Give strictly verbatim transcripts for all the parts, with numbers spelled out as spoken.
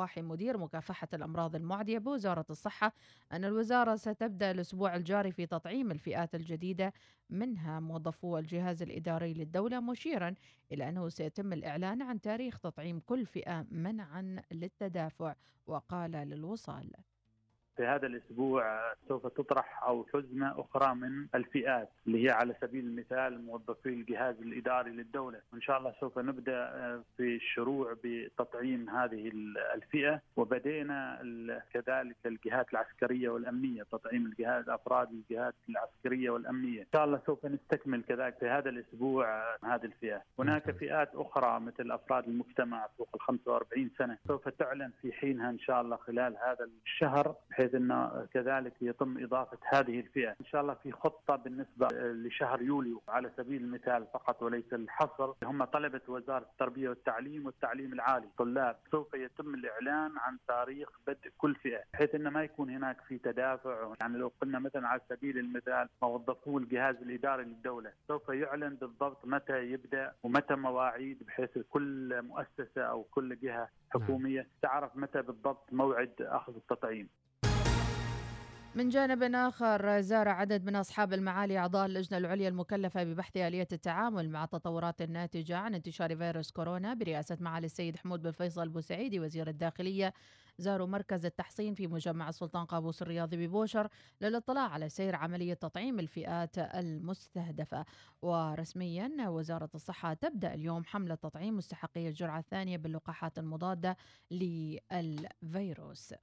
الرواحي مدير مكافحة الأمراض المعدية بوزارة الصحة أن الوزارة ستبدأ الأسبوع الجاري في تطعيم الفئات الجديدة منها موظفو الجهاز الإداري للدولة، مشيرا إلى أنه سيتم الإعلان عن تاريخ تطعيم كل فئة منعا للتدافع. وقال للوصال: في هذا الأسبوع سوف تطرح أو حزمة أخرى من الفئات اللي هي على سبيل المثال موظفي الجهاز الإداري للدولة، وإن شاء الله سوف نبدأ في الشروع بتطعيم هذه الفئة، وبدينا كذلك الجهات العسكرية والأمنية، تطعيم الجهاز أفراد الجهات العسكرية والأمنية. إن شاء الله سوف نستكمل كذلك في هذا الأسبوع هذه الفئة. هناك فئات أخرى مثل أفراد المجتمع فوق ال خمسة وأربعين سنة سوف تعلن في حينها إن شاء الله خلال هذا الشهر، بحيث أن كذلك يتم إضافة هذه الفئة. إن شاء الله في خطة بالنسبة لشهر يوليو على سبيل المثال فقط وليس الحصر، هم طلبة وزارة التربية والتعليم والتعليم العالي طلاب، سوف يتم الإعلان عن تاريخ بدء كل فئة، بحيث أن ما يكون هناك في تدافع. يعني لو قلنا مثلا على سبيل المثال موظفو الجهاز الإداري للدولة، سوف يعلن بالضبط متى يبدأ ومتى مواعيد، بحيث كل مؤسسة أو كل جهة حكومية تعرف متى بالضبط موعد أخذ التطعيم. من جانب آخر، زار عدد من أصحاب المعالي أعضاء اللجنة العليا المكلفة ببحث آلية التعامل مع التطورات الناتجة عن انتشار فيروس كورونا برئاسة معالي السيد حمود بن فيصل بوسعيدي وزير الداخلية، زاروا مركز التحصين في مجمع السلطان قابوس الرياضي ببوشر للاطلاع على سير عملية تطعيم الفئات المستهدفة. ورسميا وزارة الصحة تبدأ اليوم حملة تطعيم مستحقي الجرعة الثانية باللقاحات المضادة للفيروس.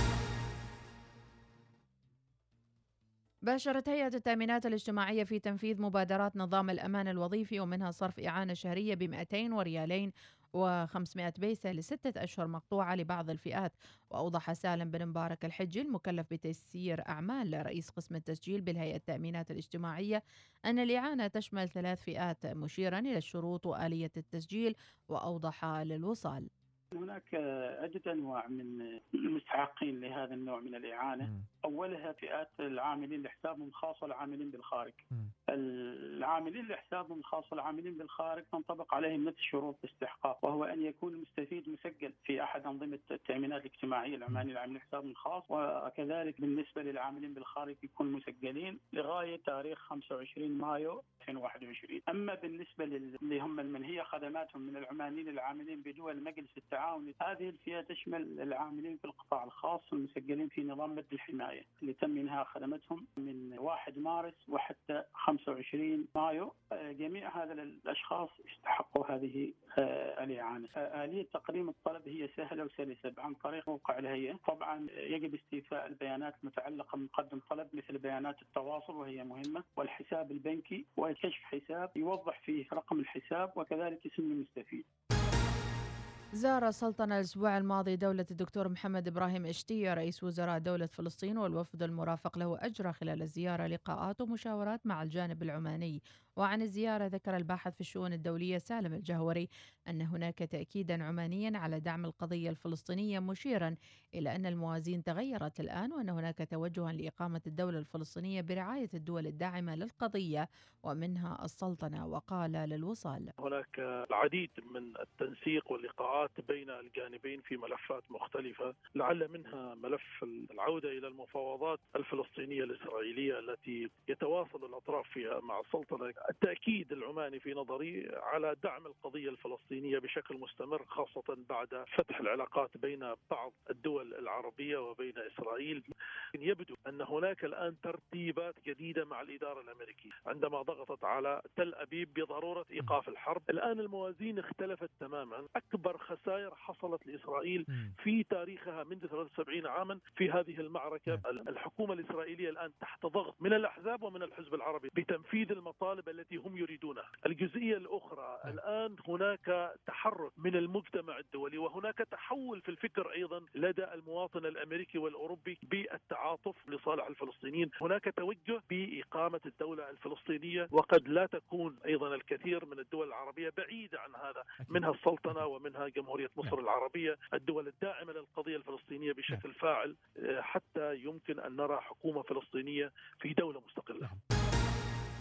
باشرت هيئة التأمينات الاجتماعية في تنفيذ مبادرات نظام الأمان الوظيفي، ومنها صرف إعانة شهرية بمئتين وريالين وخمسمائة بيسة لستة أشهر مقطوعة لبعض الفئات. وأوضح سالم بن مبارك الحجي المكلف بتيسير أعمال رئيس قسم التسجيل بالهيئة التأمينات الاجتماعية أن الإعانة تشمل ثلاث فئات، مشيرا إلى الشروط وآلية التسجيل. وأوضح للوصال: هناك عدة أنواع من المستحقين لهذا النوع من الإعانة. م. أولها فئات العاملين لحسابهم الخاص والعاملين بالخارج. م. العاملين لحسابهم الخاص والعاملين بالخارج تنطبق عليهم نفس شروط الاستحقاق، وهو أن يكون المستفيد مسجل في أحد أنظمة التأمينات الاجتماعية العمانية العاملين لحسابهم الخاص، وكذلك بالنسبة للعاملين بالخارج يكون مسجلين لغاية تاريخ خمسة وعشرين مايو ألفين وواحد وعشرين. أما بالنسبة اللي هم المنهية خدماتهم من العمانيين العاملين بدول مجلس التعاون، هذه الفئة تشمل العاملين في القطاع الخاص المسجلين في نظام مد الحماية اللي تم إنهاء خدمتهم من واحد مارس وحتى خمسة وعشرين مايو. جميع هذا الأشخاص استحقوا هذه الإعانة. آلية تقديم الطلب هي سهلة وسلسة عن طريق موقع الهيئة. طبعا يجب استيفاء البيانات المتعلقة بمقدم طلب مثل بيانات التواصل وهي مهمة، والحساب البنكي وكشف حساب يوضح فيه رقم الحساب وكذلك اسم المستفيد. زار السلطنة الأسبوع الماضي دولة الدكتور محمد إبراهيم إشتية رئيس وزراء دولة فلسطين، والوفد المرافق له أجرى خلال الزيارة لقاءات ومشاورات مع الجانب العماني. وعن الزيارة ذكر الباحث في الشؤون الدولية سالم الجهوري أن هناك تأكيدا عمانيا على دعم القضية الفلسطينية، مشيرا إلى أن الموازين تغيرت الآن وأن هناك توجها لإقامة الدولة الفلسطينية برعاية الدول الداعمة للقضية ومنها السلطنة. وقال للوصال: هناك العديد من التنسيق واللقاءات بين الجانبين في ملفات مختلفة، لعل منها ملف العودة إلى المفاوضات الفلسطينية الإسرائيلية التي يتواصل الأطراف فيها مع السلطنة. التأكيد العماني في نظري على دعم القضية الفلسطينية بشكل مستمر، خاصة بعد فتح العلاقات بين بعض الدول العربية وبين إسرائيل. يبدو أن هناك الآن ترتيبات جديدة مع الإدارة الأمريكية عندما ضغطت على تل أبيب بضرورة إيقاف الحرب. الآن الموازين اختلفت تماما. أكبر خسائر حصلت لإسرائيل في تاريخها منذ ثلاثة وسبعين عاما في هذه المعركة. الحكومة الإسرائيلية الآن تحت ضغط من الأحزاب ومن الحزب العربي بتنفيذ المطالب التي هم يريدونها. الجزئية الأخرى، الآن هناك تحرك من المجتمع الدولي وهناك تحول في الفكر أيضا لدى المواطن الأمريكي والأوروبي بالتعاطف لصالح الفلسطينيين. هناك توجه بإقامة الدولة الفلسطينية، وقد لا تكون أيضا الكثير من الدول العربية بعيدة عن هذا، منها السلطنة ومنها جمهورية مصر العربية، الدول الداعمة للقضية الفلسطينية بشكل فاعل، حتى يمكن أن نرى حكومة فلسطينية في دولة مستقلة.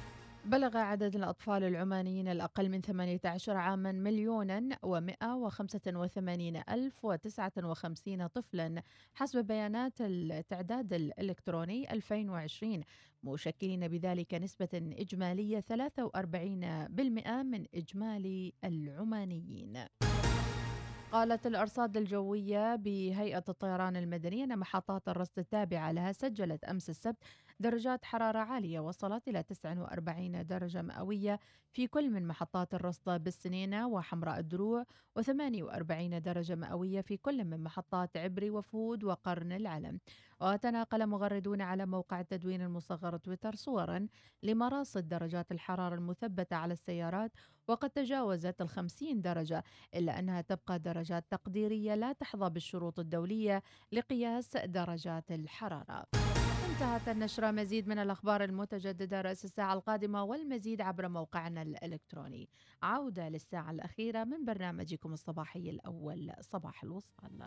بلغ عدد الأطفال العمانيين الأقل من ثمانية عشر عاماً مليوناً ومئة وخمسة وثمانين ألف وتسعة وخمسين طفلاً حسب بيانات التعداد الإلكتروني ألفين وعشرين، مشكلين بذلك نسبة إجمالية ثلاثة وأربعين بالمئة من إجمالي العمانيين. قالت الأرصاد الجوية بهيئة الطيران المدني أن محطات الرصد التابعة لها سجلت أمس السبت درجات حرارة عالية وصلت إلى تسعة وأربعين درجة مئوية في كل من محطات الرصد بالسنينة وحمراء الدروع، وثمانية وأربعين درجة مئوية في كل من محطات عبري وفود وقرن العلم. وتناقل مغردون على موقع التدوين المصغر تويتر صورا لمراصد درجات الحرارة المثبتة على السيارات، وقد تجاوزت الخمسين درجة، إلا أنها تبقى درجات تقديرية لا تحظى بالشروط الدولية لقياس درجات الحرارة. انتهت النشرة. مزيد من الأخبار المتجددة رأس الساعة القادمة والمزيد عبر موقعنا الإلكتروني. عودة للساعة الأخيرة من برنامجكم الصباحي الأول صباح الوصال.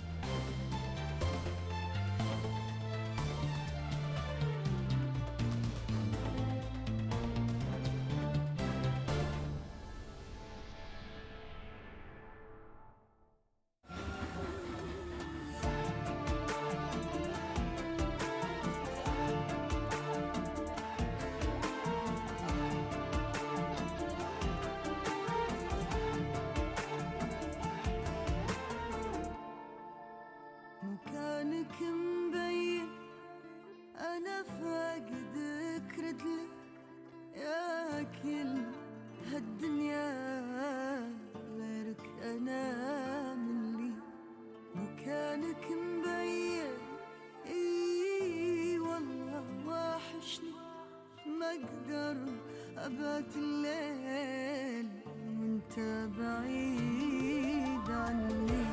مكانك مبين أنا فاقدك ردلي يا كل هالدنيا غيرك أنا من لي. مكانك مبين إي والله واحشني ما أقدر أبات الليل وانت بعيد عني.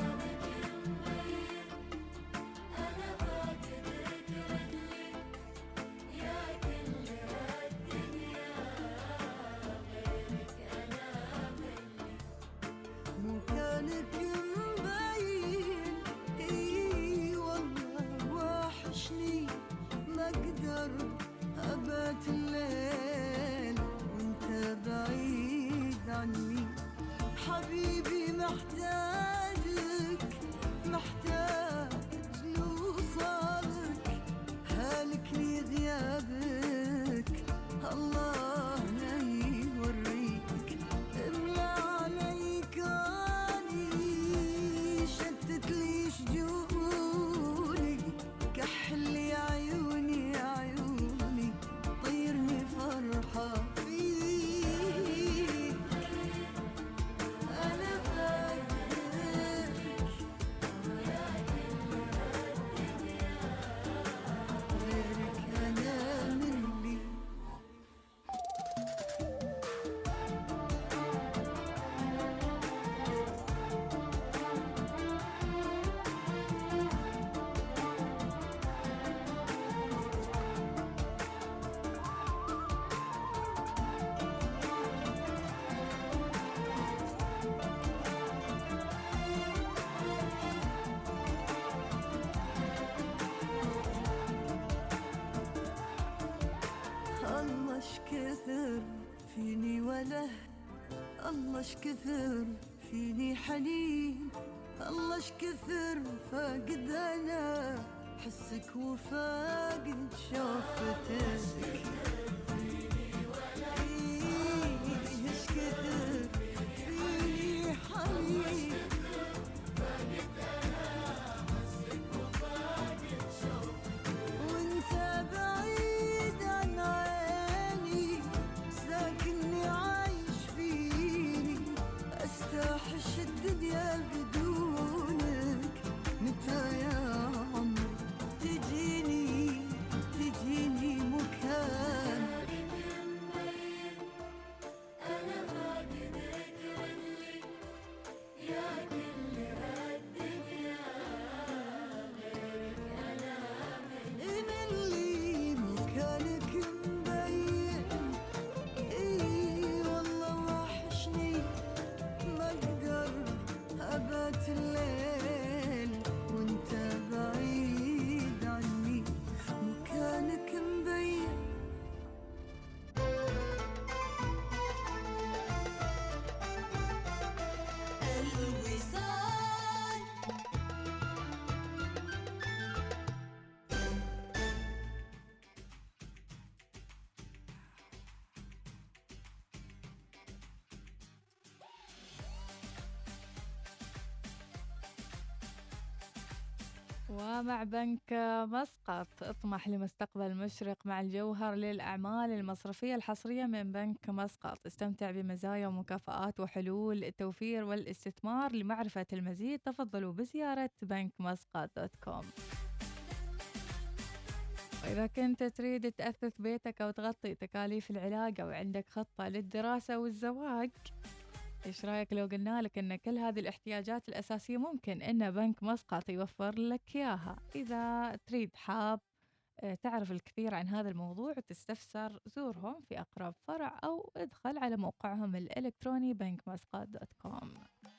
مكانك مبين إي والله واحشني ما أقدر أبات الليل وانت بعيد عني. حبيبي محتاجك محتاج لوصالك، هالكني غيابك الله لا يوريك. املى علي كاني شتت لي شجوني، كحلي عيوني عيوني طيرني فرحة فيك. أنا فاكرك غيرك أنا من لي. الله شكثر فيني وله، الله شكثر فيني حنين، الله شكثر فاقد أنا حسك وفاقد شوفتك. إيه شكثر فيني حنين وانت بعيد عن عيني، ساكني عايش فيني استحش الدنيا بدونك. متى يا عمري تجيني تجيني مكان أنا فاقد ومع بنك مسقط اطمح لمستقبل مشرق مع الجوهر للأعمال المصرفية الحصرية من بنك مسقط. استمتع بمزايا ومكافآت وحلول التوفير والاستثمار. لمعرفة المزيد تفضلوا بزيارة بنك مسقط دوت كوم. وإذا كنت تريد تأثث بيتك أو تغطي تكاليف العلاقة وعندك خطة للدراسة والزواج، إيش رأيك لو قلنا لك أن كل هذه الاحتياجات الأساسية ممكن أن بنك مسقط يوفر لك إياها؟ إذا تريد حاب تعرف الكثير عن هذا الموضوع وتستفسر، زورهم في أقرب فرع أو ادخل على موقعهم الإلكتروني بنك مسقط دوت كوم.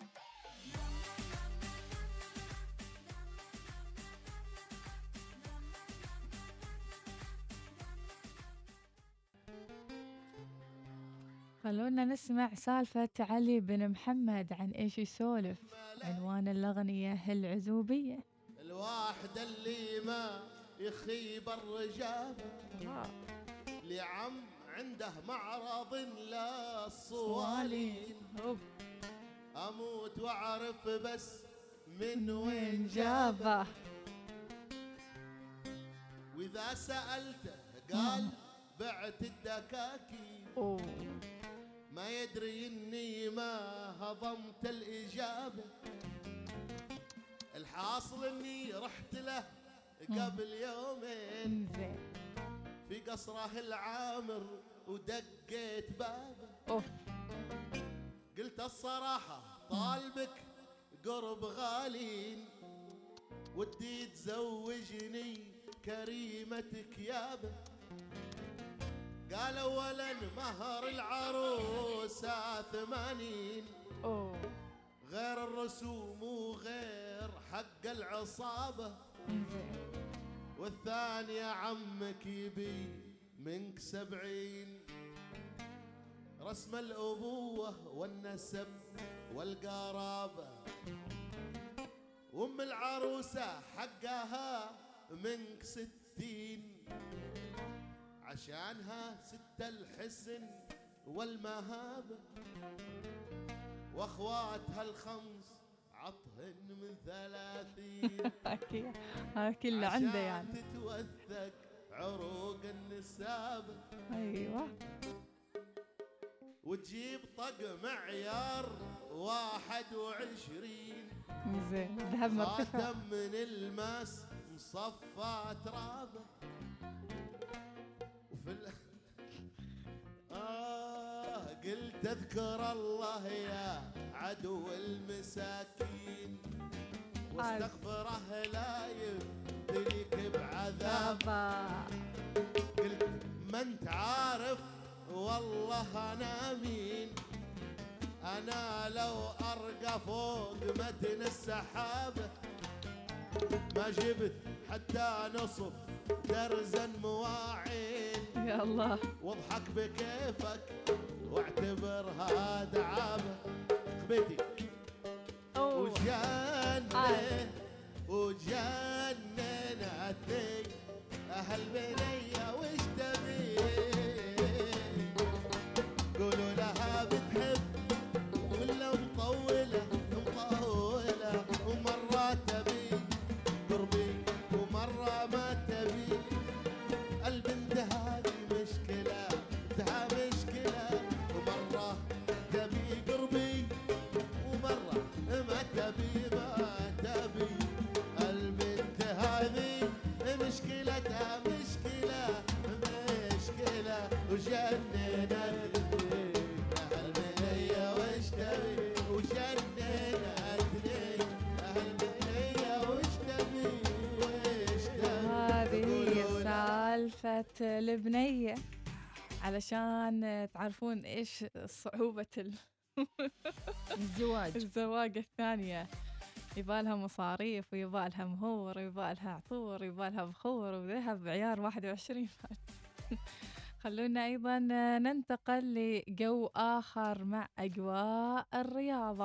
خلونا نسمع سالفة علي بن محمد عن إيش يسولف. عنوان الأغنية العزوبية. الواحد اللي ما يخيب الرجال لعم عنده معرض لا الصوالين. أموت وأعرف بس من وين جابه، وإذا سألته قال بعت الدكاكين. ما يدري إني ما هضمت الإجابة. الحاصل إني رحت له قبل يومين في قصره العامر ودقيت بابه. قلت الصراحة طالبك قرب غالين، ودي تزوجني كريمتك يابه. قال اولا مهر العروسة ثمانين، غير الرسوم وغير حق العصابة. والثانية عمك يبي منك سبعين، رسم الأبوة والنسب والقرابة. وام العروسة حقها منك ستين، عشانها ست الحسن والمهابة. واخواتها الخمس عطهن من ثلاثين. هاي كله عنده يعني. عشان تتوثق عروق النسابة. ايوه. وتجيب طق معيار واحد وعشرين، زين ذهب مرتفع، خاتم من الماس مصفى ترابه. وفي ال... آه قلت اذكر الله يا عدو المساكين، واستغفره لا يبتليك بعذابه. قلت ما انت عارف والله انا مين، انا لو ارقى فوق متن السحابه ما جبت حتى نصف درزا مواعين. يا الله. واضحك بكيفك واعتبرها دعابه. خبيتي وجنن وجننتني اهل بنيه وش تبي، قولوا لها بتحب ولا مطوله مطوله، ومره تبي قربي ومره ما تبي. البنت هذه مشكله تها مشكله، ومره تبي قربي ومره ما تبي ما تبي. البنت هذه مشكلتها مشكله مشكله وجننتني اهل بنيه وش تبي، وجننتني اهل بنيه وش تبي وش تبي. هذه سالفة البنية علشان تعرفون ايش صعوبة ال... الزواج. الزواج الثانية يبالها مصاريف ويبالها مهور ويبالها عطور ويبالها بخور وذهب عيار واحد وعشرين. خلونا أيضا ننتقل لجو آخر مع أجواء الرياضة.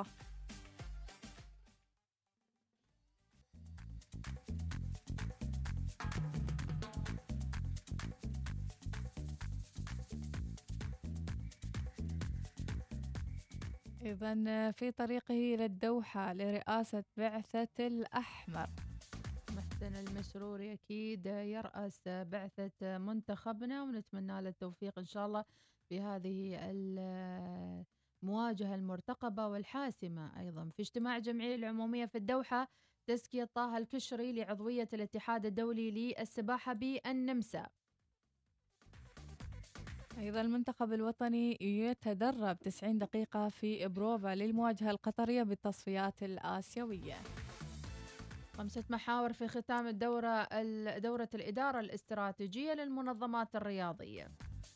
إذن في طريقه إلى الدوحة لرئاسة بعثة الأحمر حسن المسروري أكيد يرأس بعثة منتخبنا، ونتمنى له التوفيق إن شاء الله في هذه المواجهة المرتقبة والحاسمة. أيضا في اجتماع الجمعية العمومية في الدوحة تزكية طه الكشري لعضوية الاتحاد الدولي للسباحة بالنمسا. أيضا المنتخب الوطني يتدرب تسعين دقيقة في بروفا للمواجهة القطرية بالتصفيات الآسيوية. خمسة محاور في ختام الدورة دورة الإدارة الاستراتيجية للمنظمات الرياضية.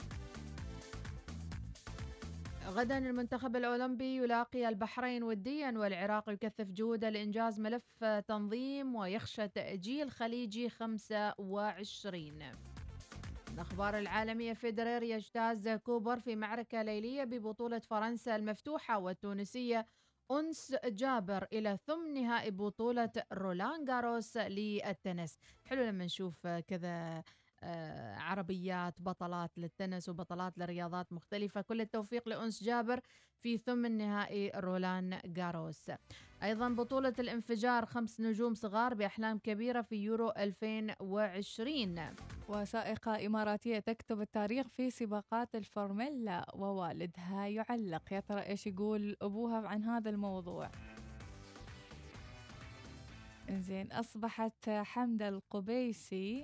غدا المنتخب الأولمبي يلاقي البحرين وديا، والعراق يكثف جهوده لإنجاز ملف تنظيم ويخشى تأجيل خليجي خمسة وعشرين. الأخبار العالمية، فيدرير يجتاز كوبر في معركة ليلية ببطولة فرنسا المفتوحة، والتونسية أنس جابر إلى ثمن نهائي بطولة رولان جاروس للتنس. حلو لما نشوف كذا آه، عربيات بطلات للتنس وبطلات لرياضات مختلفة. كل التوفيق لأنس جابر في ثمن نهائي رولان جاروس. أيضا بطولة الانفجار، خمس نجوم صغار بأحلام كبيرة في يورو ألفين وعشرين. وسائقة إماراتية تكتب التاريخ في سباقات الفورميلا ووالدها يعلق. يا ترى إيش يقول أبوها عن هذا الموضوع؟ إنزين، أصبحت حمدة القبيسي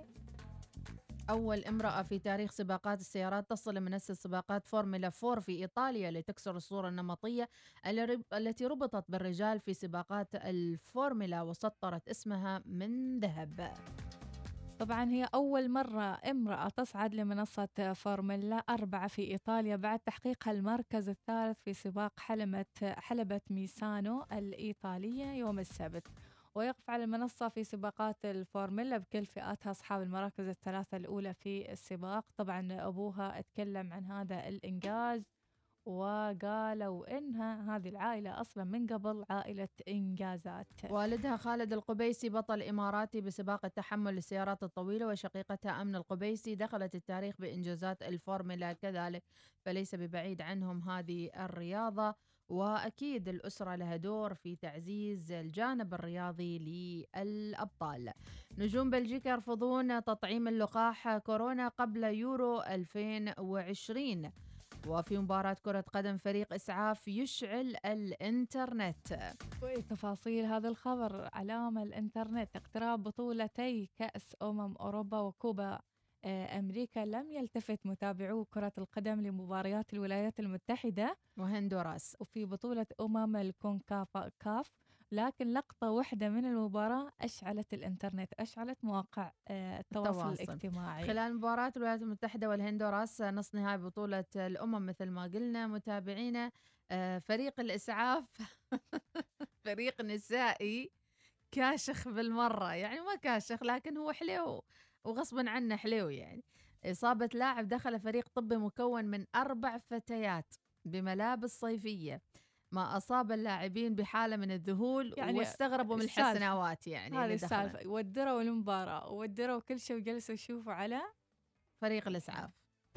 أول امرأة في تاريخ سباقات السيارات تصل لمنصة سباقات فورمولا أربعة في إيطاليا لتكسر الصورة النمطية التي ربطت بالرجال في سباقات الفورمولا وسطرت اسمها من ذهب. طبعا هي أول مرة امرأة تصعد لمنصة فورمولا أربعة في إيطاليا بعد تحقيقها المركز الثالث في سباق حلبة حلبة ميسانو الإيطالية يوم السبت. ويقف على المنصة في سباقات الفورمولا بكل فئاتها أصحاب المراكز الثلاثة الأولى في السباق. طبعا أبوها اتكلم عن هذا الإنجاز وقالوا إنها هذه العائلة أصلا من قبل عائلة إنجازات. والدها خالد القبيسي بطل إماراتي بسباق التحمل للسيارات الطويلة، وشقيقتها أمن القبيسي دخلت التاريخ بإنجازات الفورمولا كذلك، فليس ببعيد عنهم هذه الرياضة. وأكيد الأسرة لها دور في تعزيز الجانب الرياضي للأبطال. نجوم بلجيكا يرفضون تطعيم اللقاح كورونا قبل يورو ألفين وعشرين. وفي مباراة كرة قدم فريق إسعاف يشعل الإنترنت. تفاصيل هذا الخبر علامة الإنترنت. اقتراب بطولتي كأس أمم أوروبا وكوبا أمريكا لم يلتفت متابعو كرة القدم لمباريات الولايات المتحدة وهندوراس وفي بطولة أمم الكونكاف كاف، لكن لقطة واحدة من المباراة أشعلت الإنترنت، أشعلت مواقع التواصل الاجتماعي. خلال مباراة الولايات المتحدة والهندوراس نصف نهائي بطولة الأمم مثل ما قلنا متابعينا، فريق الإسعاف فريق نسائي كاشخ بالمرة، يعني ما كاشخ لكن هو حلو وغصبا عنه حلو. يعني إصابة لاعب دخل فريق طبي مكون من أربع فتيات بملابس صيفية، ما أصاب اللاعبين بحالة من الذهول يعني واستغربوا من الحسناوات. يعني هذه السالفة، ودروا المباراة ودروا كل شيء وجلسوا يشوفوا على فريق الإسعاف.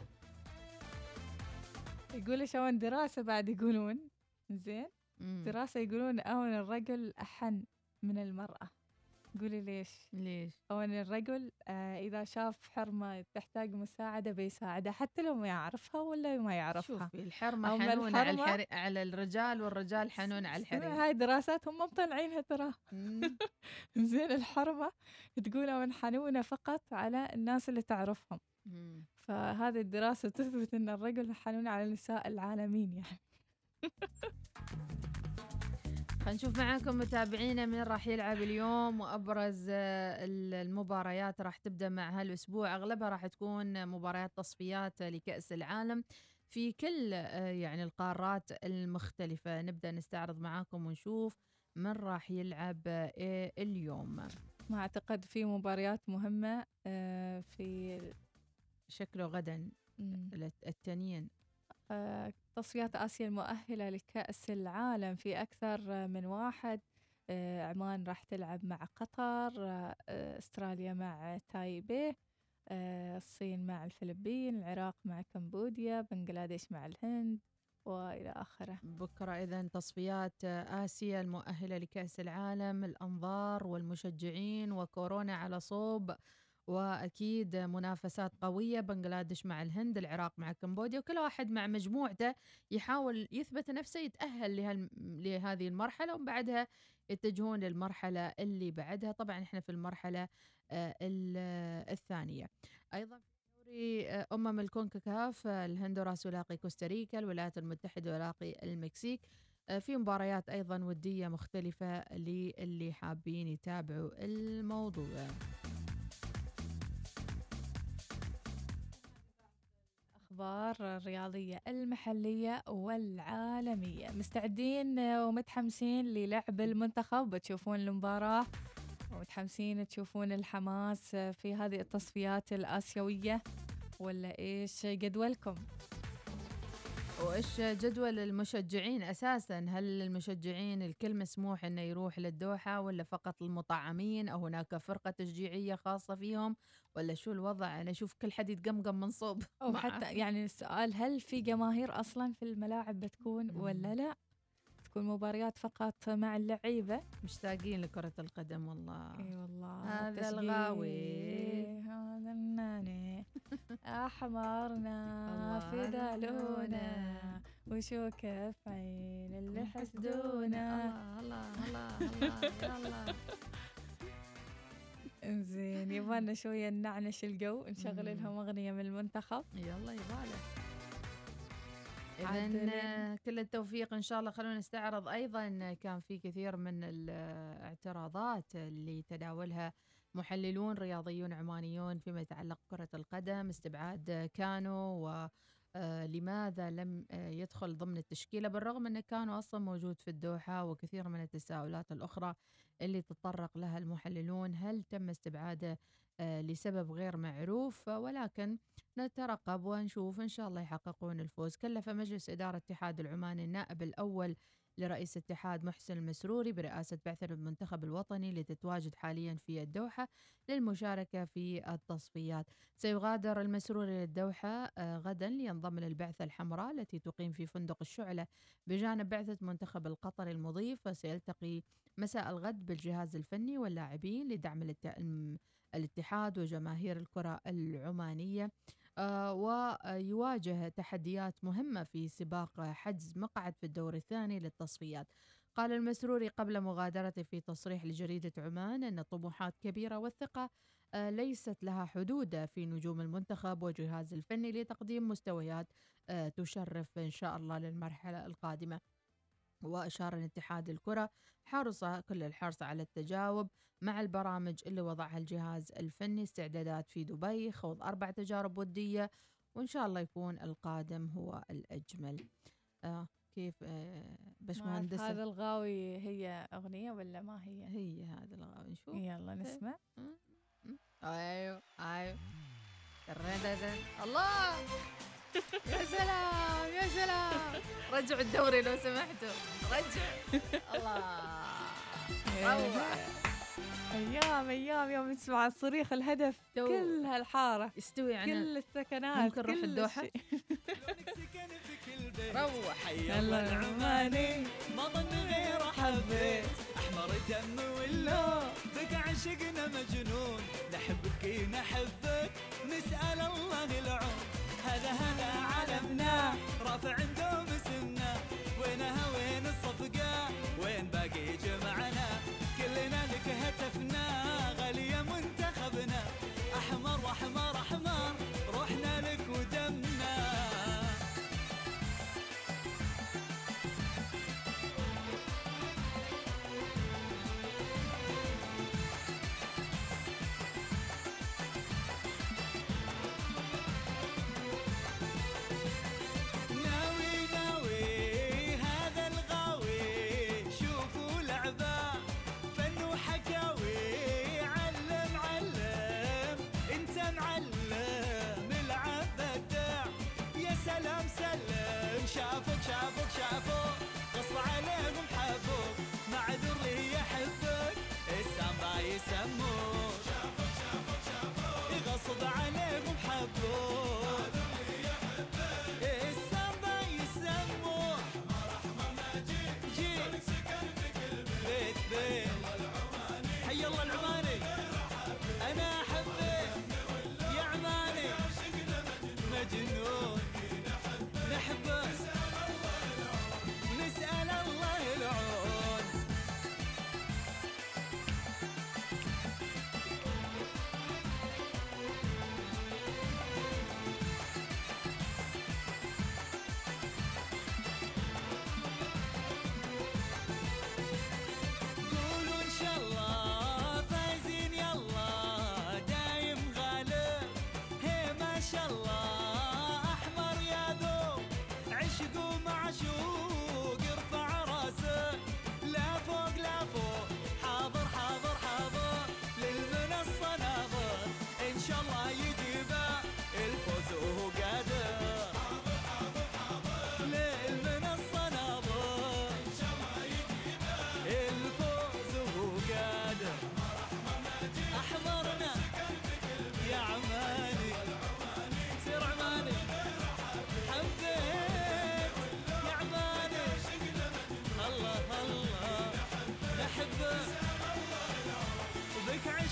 يقولوا شلون دراسة بعد يقولون زين دراسة يقولون أون الرجل أحن من المرأة. قولي ليش؟ ليش؟ أون الرجل آه إذا شاف حرمة تحتاج مساعدة بيساعدها حتى لو ما يعرفها ولا ما يعرفها. شوفي الحرمة حنون على, الحر... على الرجال والرجال حنون على الحريم. هاي دراسات هم مطلعينها ترى. زين الحرمة تقول أون حنونة فقط على الناس اللي تعرفهم. مم. فهذه الدراسة تثبت أن الرجل حنون على النساء العالمين يعني. خلينا نشوف معاكم متابعينا من راح يلعب اليوم، وأبرز المباريات راح تبدأ مع هالأسبوع. أغلبها راح تكون مباريات تصفيات لكأس العالم في كل يعني القارات المختلفة. نبدأ نستعرض معاكم ونشوف من راح يلعب اليوم. ما أعتقد في مباريات مهمة في شكله غدا التنين. آه، تصفيات آسيا المؤهلة لكأس العالم في أكثر من واحد. آه، عمان راح تلعب مع قطر، آه، استراليا مع تايبي، آه، الصين مع الفلبين، العراق مع كمبوديا، بنغلاديش مع الهند، وإلى آخره. بكرة إذن تصفيات آسيا المؤهلة لكأس العالم، الأنظار والمشجعين وكورونا على صوب، وأكيد منافسات قوية، بنغلاديش مع الهند، العراق مع كمبوديا، وكل واحد مع مجموعته يحاول يثبت نفسه يتأهل لهال... لهذه المرحلة، وبعدها يتجهون للمرحلة اللي بعدها. طبعا احنا في المرحلة آه الثانية. أيضا دوري آه أمم الكونكاكاف، آه الهندوراس يلاقي كوستاريكا، الولايات المتحدة يلاقي المكسيك، آه في مباريات أيضا ودية مختلفة للي حابين يتابعوا الموضوع. الأخبار الرياضية المحلية والعالمية، مستعدين ومتحمسين للعب المنتخب، بتشوفون المباراة ومتحمسين تشوفون الحماس في هذه التصفيات الآسيوية، ولا إيش جدولكم؟ وإيش جدول المشجعين أساساً؟ هل المشجعين الكل مسموح إنه يروح للدوحة، ولا فقط المطعمين، أو هناك فرقة تشجيعية خاصة فيهم، ولا شو الوضع؟ أنا أشوف كل حد يتقمقم من صوب. أو حتى يعني السؤال، هل في جماهير أصلاً في الملاعب بتكون ولا لا؟ تكون مباريات فقط مع اللعيبة. مشتاقين لكرة القدم والله. اي والله. هذا الغاوي، هذا الناني، أحمرنا في دالونا وشوكة في عين اللي حسدونا. الله الله الله الله. انزين، يبغالنا شوية نعنش الجو، نشغل لهم أغنية من المنتخب. يلا يباله. إذن كل التوفيق إن شاء الله. خلونا نستعرض أيضا، كان في كثير من الاعتراضات اللي تداولها محللون رياضيون عمانيون فيما يتعلق بكرة القدم، استبعاد كانو ولماذا لم يدخل ضمن التشكيلة، بالرغم أنه كانوا أصلا موجود في الدوحة، وكثير من التساؤلات الأخرى اللي تطرق لها المحللون. هل تم استبعاده لسبب غير معروف؟ ولكن نترقب ونشوف إن شاء الله يحققون الفوز. كلف مجلس إدارة اتحاد العماني النائب الأول لرئيس الاتحاد محسن المسروري برئاسة بعثة المنتخب الوطني التي تتواجد حاليا في الدوحة للمشاركة في التصفيات. سيغادر المسروري للدوحة غدا لينضم للبعثة الحمراء التي تقيم في فندق الشعلة بجانب بعثة منتخب القطري المضيف، وسيلتقي مساء الغد بالجهاز الفني واللاعبين لدعم الاتحاد وجماهير الكرة العمانية. آه ويواجه تحديات مهمة في سباق حجز مقعد في الدور الثاني للتصفيات. قال المسروري قبل مغادرته في تصريح لجريدة عمان أن طموحات كبيرة والثقة آه ليست لها حدود في نجوم المنتخب وجهاز الفني لتقديم مستويات آه تشرف إن شاء الله للمرحلة القادمة. وأشار أن اتحاد الكرة حرص كل الحرص على التجاوب مع البرامج اللي وضعها الجهاز الفني، استعدادات في دبي، خوض أربع تجارب ودية، وإن شاء الله يكون القادم هو الأجمل. آه كيف آه باشمهندس؟ هذا الغاوي هي أغنية ولا ما هي؟ هي هذا الغاوي، نشوف. يلا نسمع. أيوه أيوه. الله يا سلام يا سلام. رجعوا الدوري لو سمحتوا، رجع. الله روح. أيام أيام يوم نسمع الصريخ الهدف كل هالحارة يستوي يعني كل السكنات. ممكن نروح الدوحة. روح يلا العماني ما ظن غير حبيت أحمر دم واللون بقى عشقنا مجنون نحبك نحبك نسأل الله العون هذا هذا علمنا رافع دوم اسمنا وينها وين الصفقة وين باقي جمعنا كلنا لك هتفنا غالية منتخبنا أحمر وأحمر أحمر روحنا لك ودمنا.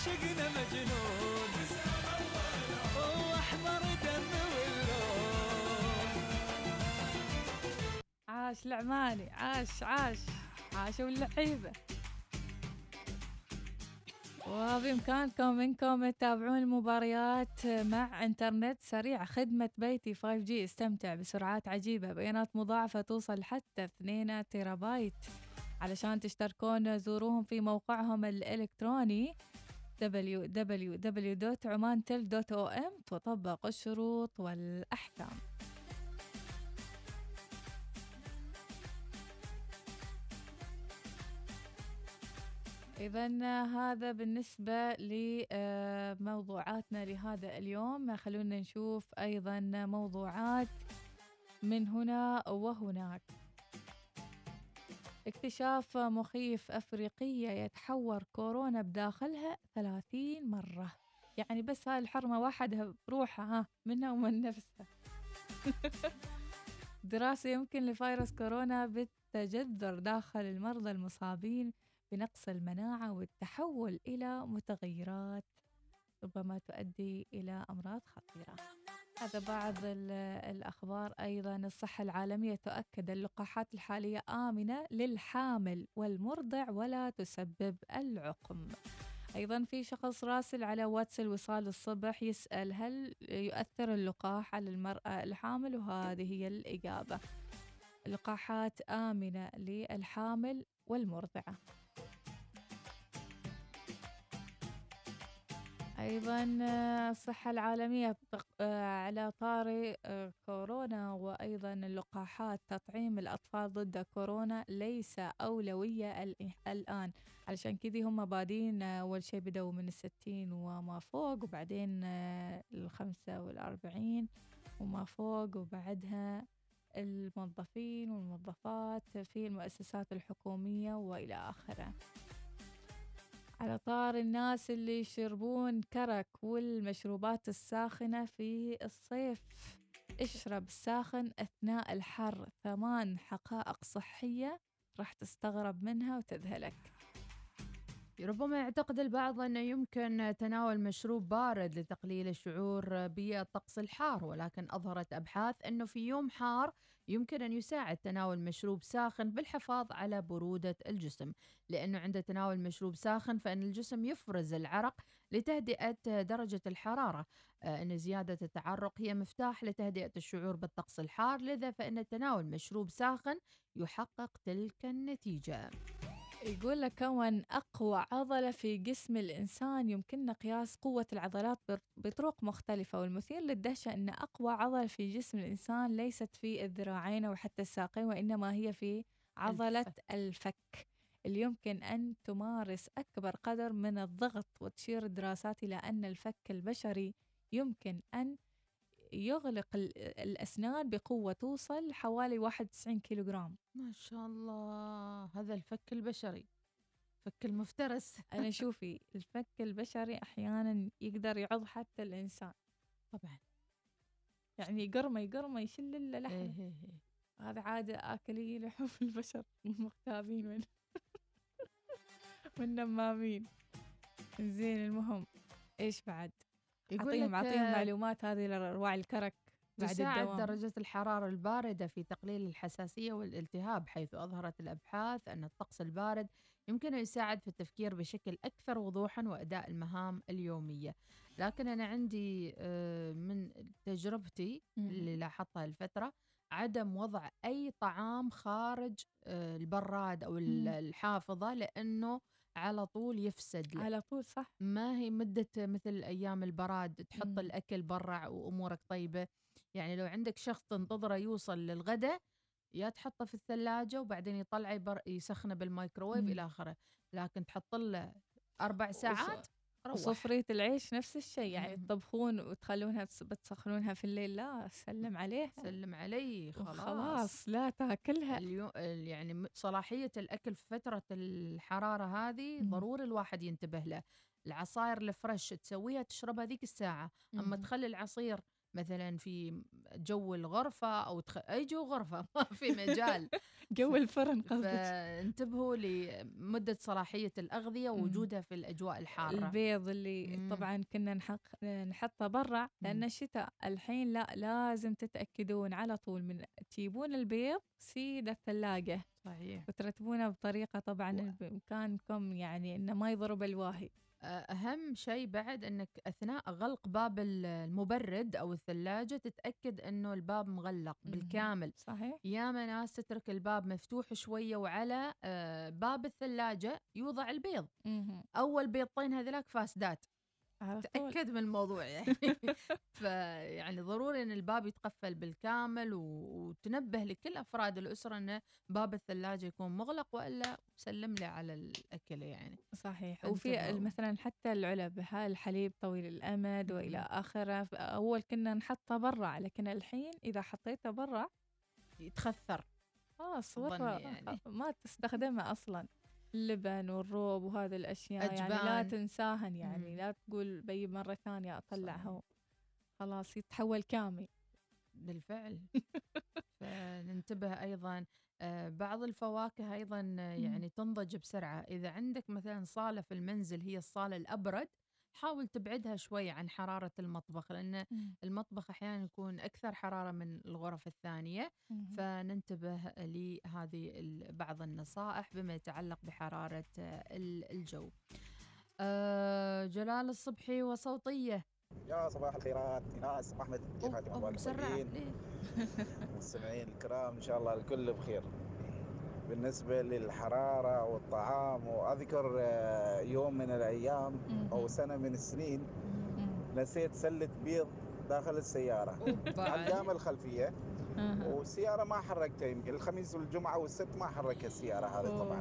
عشقنا مجنون واحمر دم واللون. عاش العماني، عاش عاش عاشوا اللعيبة. وبإمكانكم إنكم تتابعون المباريات مع إنترنت سريع خدمة بيتي فايف جي. استمتع بسرعات عجيبة، بيانات مضاعفة توصل حتى اثنين تيرا بايت. علشان تشتركون زوروهم في موقعهم الإلكتروني دبليو دبليو دبليو دوت عمانتل دوت أو إم. تطبق الشروط والأحكام. إذن هذا بالنسبة لموضوعاتنا لهذا اليوم. خلونا نشوف أيضا موضوعات من هنا وهناك. اكتشاف مخيف أفريقية يتحور كورونا بداخلها ثلاثين مرة. يعني بس هاي الحرمة واحدة بروحها ها منها ومن نفسها. دراسة يمكن لفيروس كورونا بالتجذر داخل المرضى المصابين بنقص المناعة والتحول إلى متغيرات ربما تؤدي إلى أمراض خطيرة. هذا بعض الأخبار. أيضا الصحة العالمية تؤكد اللقاحات الحالية آمنة للحامل والمرضع ولا تسبب العقم. أيضا في شخص راسل على واتس الوصال الصبح يسأل هل يؤثر اللقاح على المرأة الحامل، وهذه هي الإجابة. اللقاحات آمنة للحامل والمرضعة. أيضا الصحة العالمية على طاري كورونا وأيضا اللقاحات، تطعيم الأطفال ضد كورونا ليس أولوية الآن. علشان كذي هم بادين أول شيء بدأوا من الستين وما فوق، وبعدين الخمسة والأربعين وما فوق، وبعدها الموظفين والموظفات في المؤسسات الحكومية وإلى آخره. على طار الناس اللي يشربون كرك والمشروبات الساخنة في الصيف، اشرب ساخن أثناء الحر. ثمان حقائق صحية راح تستغرب منها وتذهلك. ربما يعتقد البعض أنه يمكن تناول مشروب بارد لتقليل الشعور بالطقس الحار، ولكن أظهرت أبحاث أنه في يوم حار يمكن أن يساعد تناول مشروب ساخن بالحفاظ على برودة الجسم، لأنه عند تناول مشروب ساخن فإن الجسم يفرز العرق لتهدئة درجة الحرارة. آه، أن زيادة التعرق هي مفتاح لتهدئة الشعور بالطقس الحار، لذا فإن تناول مشروب ساخن يحقق تلك النتيجة. يقول لك كون أقوى عضلة في جسم الإنسان يمكننا قياس قوة العضلات بطرق مختلفة، والمثير للدهشة أن أقوى عضلة في جسم الإنسان ليست في الذراعين أو حتى الساقين، وإنما هي في عضلة الفك, الفك اللي يمكن أن تمارس أكبر قدر من الضغط. وتشير الدراسات إلى أن الفك البشري يمكن أن يغلق الأسنان بقوة توصل حوالي واحد وتسعين كيلوغرام. ما شاء الله، هذا الفك البشري، فك المفترس. أنا شوفي الفك البشري أحيانا يقدر يعض حتى الإنسان طبعا، يعني يقرمه يقرمه يشل اللحم. إيه إيه إيه. هذا عادة آكلي لحوم البشر مغتابين من من نمامين. زين، المهم إيش بعد؟ أعطيهم أعطيهم معلومات هذه لروع الكرك. بعد تساعد الدوام. درجة الحرارة الباردة في تقليل الحساسية والالتهاب، حيث أظهرت الأبحاث أن الطقس البارد يمكن أن يساعد في التفكير بشكل أكثر وضوحا وأداء المهام اليومية. لكن أنا عندي من تجربتي اللي لاحظتها الفترة عدم وضع أي طعام خارج البراد أو الحافظة، لأنه على طول يفسد لك. على طول صح، ما هي مدة مثل أيام البراد تحط مم. الأكل برا وأمورك طيبة. يعني لو عندك شخص تنتظره يوصل للغداء، يا تحطه في الثلاجة وبعدين يطلع يبر... يسخنه بالمايكروويف إلى آخره، لكن تحط له أربع ساعات. وصفرية العيش نفس الشيء، يعني تطبخون وتخلونها بتسخنونها في الليل، لا سلم عليها سلم علي خلاص خلاص لا تاكلها. اليوم يعني صلاحية الأكل في فترة الحرارة هذه مم. ضروري الواحد ينتبه له. العصائر الفريش تسويها تشربها ذيك الساعة، أما مم. تخلي العصير مثلا في جو الغرفة أو تخ... أي جو غرفة ما في مجال. جو الفرن قصدك. فانتبهوا لمدة صلاحية الأغذية ووجودها في الأجواء الحارة. البيض اللي مم. طبعا كنا نحق نحطه برا لأن الشتاء. الحين لا، لازم تتأكدون على طول من تجيبون البيض سيد الثلاجة. صحيح. وترتبونه بطريقة طبعا بإمكانكم يعني إنه ما يضرب الواهي. أهم شيء بعد أنك أثناء غلق باب المبرد أو الثلاجة تتأكد أنه الباب مغلق بالكامل. صحيح. ياما ناس تترك الباب مفتوح شوية وعلى باب الثلاجة يوضع البيض. مم. أول بيضتين هذلاك فاسدات. على طول. تأكد من الموضوع يعني. فيعني ضروري أن الباب يتقفل بالكامل وتنبه لكل أفراد الأسرة أن باب الثلاجة يكون مغلق وإلا سلم لي على الأكل يعني. صحيح. وفي مثلا حتى العلب هاي الحليب طويل الأمد وإلى آخره. أول كنا نحطه برا، لكن الحين إذا حطيته برا يتخثر. آه صورة يعني. ما تستخدمه أصلا. اللبن والروب وهذه الأشياء أجبان. يعني لا تنساهن يعني. مم. لا تقول بي مرة ثانية أطلعها خلاص يتحول كامل. بالفعل. فننتبه أيضا آه بعض الفواكه أيضا يعني تنضج بسرعة. إذا عندك مثلا صالة في المنزل هي الصالة الأبرد، حاول تبعدها شوي عن حرارة المطبخ، لأن مم. المطبخ أحيانا يكون أكثر حرارة من الغرف الثانية. مم. فننتبه لهذه بعض النصائح بما يتعلق بحرارة الجو. أه جلال الصبحي وصوتية. يا صباح الخيرات ناس أحمد، كيف حالكم أخباركم؟ المستمعين الكرام إن شاء الله الكل بخير. بالنسبة للحرارة والطعام، وأذكر يوم من الأيام أو سنة من السنين نسيت سلة بيض داخل السيارة على الجامة الخلفية، والسيارة ما حركتها. يمكن الخميس والجمعة والسبت ما حركت السيارة هذه طبعا.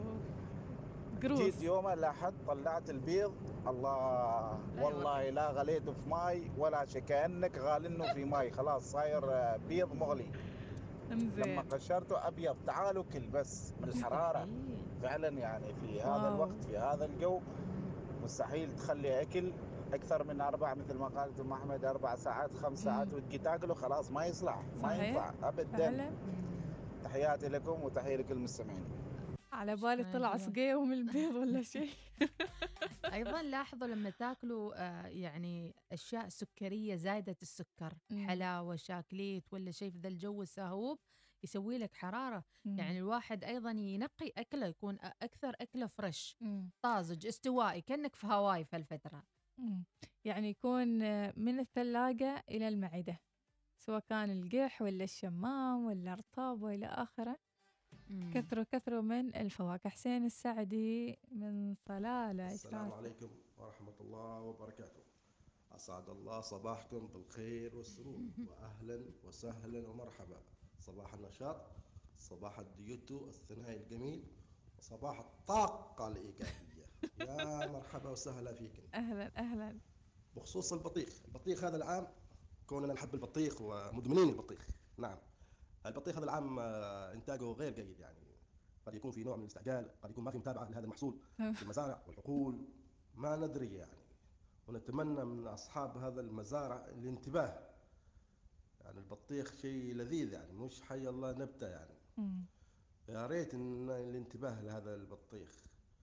جيت يومها لاحظت طلعت البيض، الله والله لا غليته في ماي ولا شيء، كأنك غالنه في ماي، خلاص صاير بيض مغلي. لما قشرته أبيض. تعالوا كل بس من الحرارة فعلا يعني في هذا واو. الوقت في هذا الجو مستحيل تخلي أكل أكثر من أربع، مثل ما قالت أم أحمد، أربع ساعات خمس ساعات وتجي تاكله خلاص ما يصلح. صحيح. ما ينفع أبدا فعلا. تحياتي لكم وتحية لكل المستمعين. على بالي طلع صقيه من البيض ولا شيء. أيضا لاحظوا لما تاكلوا آه يعني أشياء سكرية زايدة السكر، مم. حلاوة شاكليت ولا شيء في ذا الجو السهوب يسوي لك حرارة. مم. يعني الواحد أيضا ينقي أكله، يكون أكثر أكله فريش مم. طازج استوائي كأنك في هواي في الفترة. مم. يعني يكون من الثلاجة إلى المعدة، سواء كان القح ولا الشمام ولا الرطاب وإلى آخره. مم. كثروا كثروا من الفواكه. حسين السعدي من صلالة. السلام عليكم ورحمة الله وبركاته. أسعد الله صباحكم بالخير والسرور، وأهلا وسهلا ومرحبا. صباح النشاط، صباح الديوتو الثنائي الجميل، وصباح الطاقة الإيجابية. يا مرحبا وسهلا فيكم. أهلا أهلا. بخصوص البطيخ، البطيخ هذا العام كوننا نحب البطيخ ومدمنين البطيخ، نعم البطيخ هذا العام إنتاجه غير جيد، يعني قد يكون في نوع من الاستعجال، قد يكون ما في متابعة لهذا المحصول في المزارع والحقول، ما ندري يعني. ونتمنى من أصحاب هذا المزارع الانتباه، يعني البطيخ شيء لذيذ يعني مش حي الله نبتة يعني. يا ريت إن الانتباه لهذا البطيخ،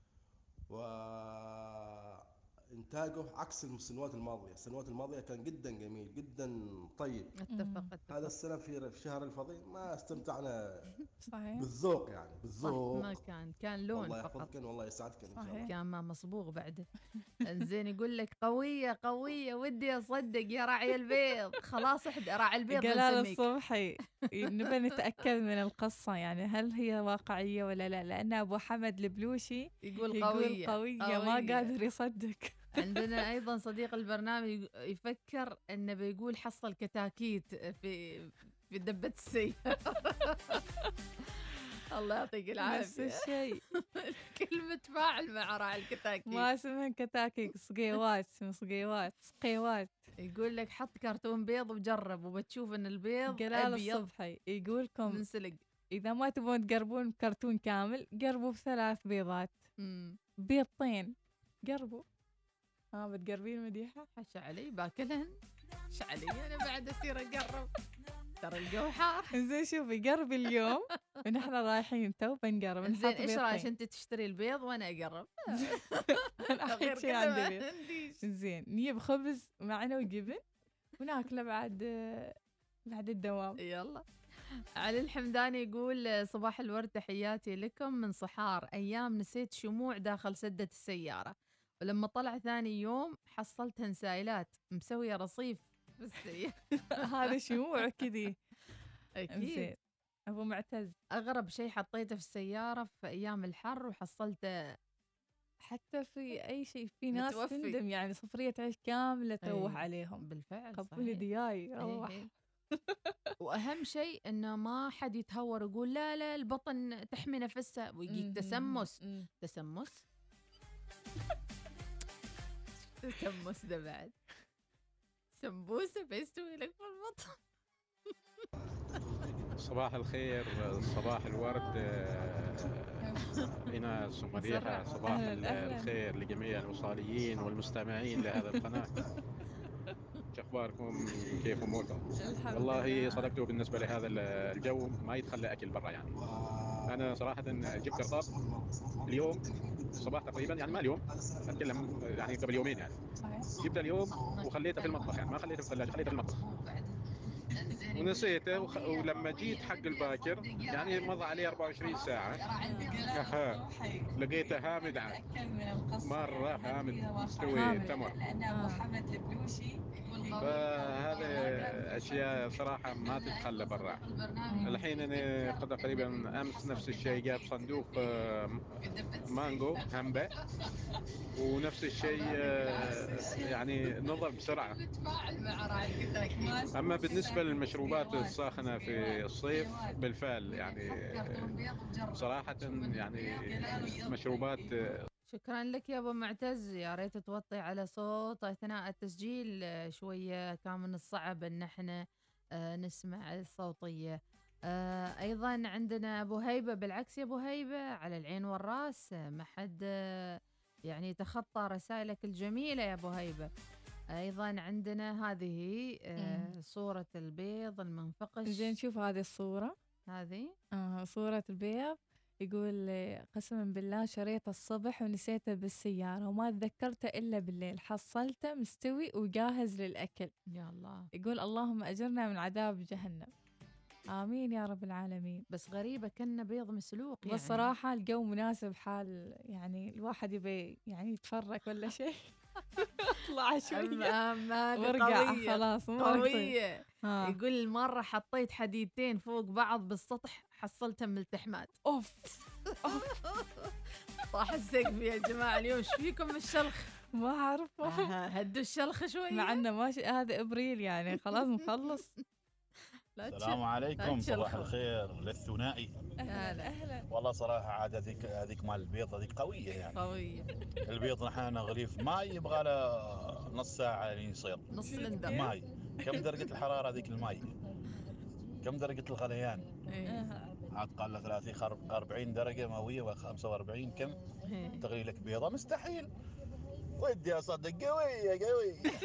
وإنتاجه عكس السنوات الماضية. السنوات الماضية كان جدا جميل جدا طيب. اتفق. هذا السنة في الشهر الفضيل ما استمتعنا صحيح بالذوق يعني بالذوق. ما كان كان لون الله فقط. يحفظكن والله يسعدكن إن شاء الله. كان ما مصبوغ بعد. زين يقول لك قوية قوية ودي أصدق يا راعي البيض. خلاص احد راعي البيض. جلال الصبحي نبى نتأكد من القصة، يعني هل هي واقعية ولا لا، لأن أبو حمد البلوشي يقول قوية, يقول قوية, قوية. ما قادر يصدق. عندنا أيضا صديق البرنامج يفكر أنه بيقول حصل كتاكيت في في دبة السيارة. الله يعطيك العافية. نفس الشيء. كلمة فاعل مع راعي الكتاكيت. ما اسمهن كتاكيت، صقيوات، اسمه صقيوات، صقيوات. يقول لك حط كرتون بيض وجرب وبتشوف ان البيض جلال الصبحي يقولكم منسلق. اذا ما تبون تقربون كرتون كامل قربوا بثلاث بيضات. مم. بيضتين قربوا. ها بتقربين مديحة؟ حشا علي باكلهن. ايش علي انا بعد اصير اقرب، ترى الجو حار. زين شوفي قرب اليوم ونحن رايحين تو بنقرب. زين ايش رايك انت تشتري البيض وانا اقرب؟ انا احيد شيء عندي بيض. زين نجيب خبز معنا وجبن وناكله بعد بعد الدوام. يلا. علي الحمداني يقول صباح الورد، تحياتي لكم من صحار. ايام نسيت شموع داخل سدة السيارة، ولما طلع ثاني يوم حصلتها نسايلات مسوية رصيف في السيارة. هذا شموع كذي. اكيد. ابو معتز، اغرب شيء حطيته في السيارة في ايام الحر وحصلته حتى في اي شيء في ناس متوفي. تندم يعني صفرية عيش كاملة تروح أيه. عليهم. بالفعل قبولي دياي روح. أيه. واهم شيء انه ما حد يتهور يقول لا لا البطن تحمي نفسها ويجيك تسمس. تسمس تسمس ده بعد سمبوسه بيستوي لك في البطن. صباح الخير، صباح الورد، إيناس ومديحة. صباح الخير لجميع الوصاليين والمستمعين لهذا القناة. شو اخباركم؟ كيف اموركم؟ والله صدقتوا بالنسبه لهذا الجو ما يتخلى اكل برا يعني. انا صراحه جبت رطب اليوم الصباح تقريبا، يعني ما اليوم اتكلم يعني قبل يومين يعني. جبته اليوم وخليته في المطبخ، يعني ما خليته في الثلاجه، خليته في المطبخ ونسيته وخ... ولما جيت حق الباكر يعني مضى عليه أربعة وعشرين ساعة أها لقيته هامد عاد مرة هامد مستوي تمر. فهذه أشياء صراحة ما تتخلى برا. الحين أنا تقريبا أمس نفس الشيء جاب صندوق مانجو همبة ونفس الشيء يعني نضر بسرعة. أما بالنسبة للمشروبات الساخنة في الصيف بالفعل يعني صراحة يعني مشروبات. شكرا لك يا ابو معتز، يا ريت توطي على صوت اثناء التسجيل شويه، كان من الصعب ان احنا نسمع الصوتيه. ايضا عندنا ابو هيبه، بالعكس يا ابو هيبه على العين والراس، ما حد يعني تخطى رسائلك الجميله يا ابو هيبه. ايضا عندنا هذه صوره البيض المنفقش. زين شوف هذه الصوره، هذه آه صوره البيض. يقول قسما بالله شريته الصبح ونسيته بالسيارة وما تذكرته إلا بالليل، حصلته مستوي وجاهز للأكل. يا الله. يقول اللهم أجرنا من عذاب جهنم. آمين يا رب العالمين. بس غريبة كنا بيض مسلوق يعني. والصراحة الجو مناسب، حال يعني الواحد يبي يعني يتفرق ولا شيء. اطلع شوية وارجع خلاص قوية. يقول مرة حطيت حديدتين فوق بعض بالسطح حصلتها ملتحمات. اوف طاح السقف يا جماعة اليوم. ايش فيكم من الشلخ؟ ما اعرف. هدوا الشلخ شوية مع انه ماشي هذا ابريل يعني خلاص نخلص. السلام عليكم، صباح الخير للثنائي. اهلا اهلا. والله صراحه عاد هذيك هذيك مال البيض هذيك قويه يعني قويه. البيض نحن نغليف ماي يبغى له نص ساعه لين يصير نص لندة ماي. كم درجه الحراره هذيك الماي؟ كم درجه الغليان؟ عاد قال له ثلاثين أربعين درجه مئويه وخمسة وأربعين كم تغلي لك بيضه؟ مستحيل. ودي اصدق قويه قويه.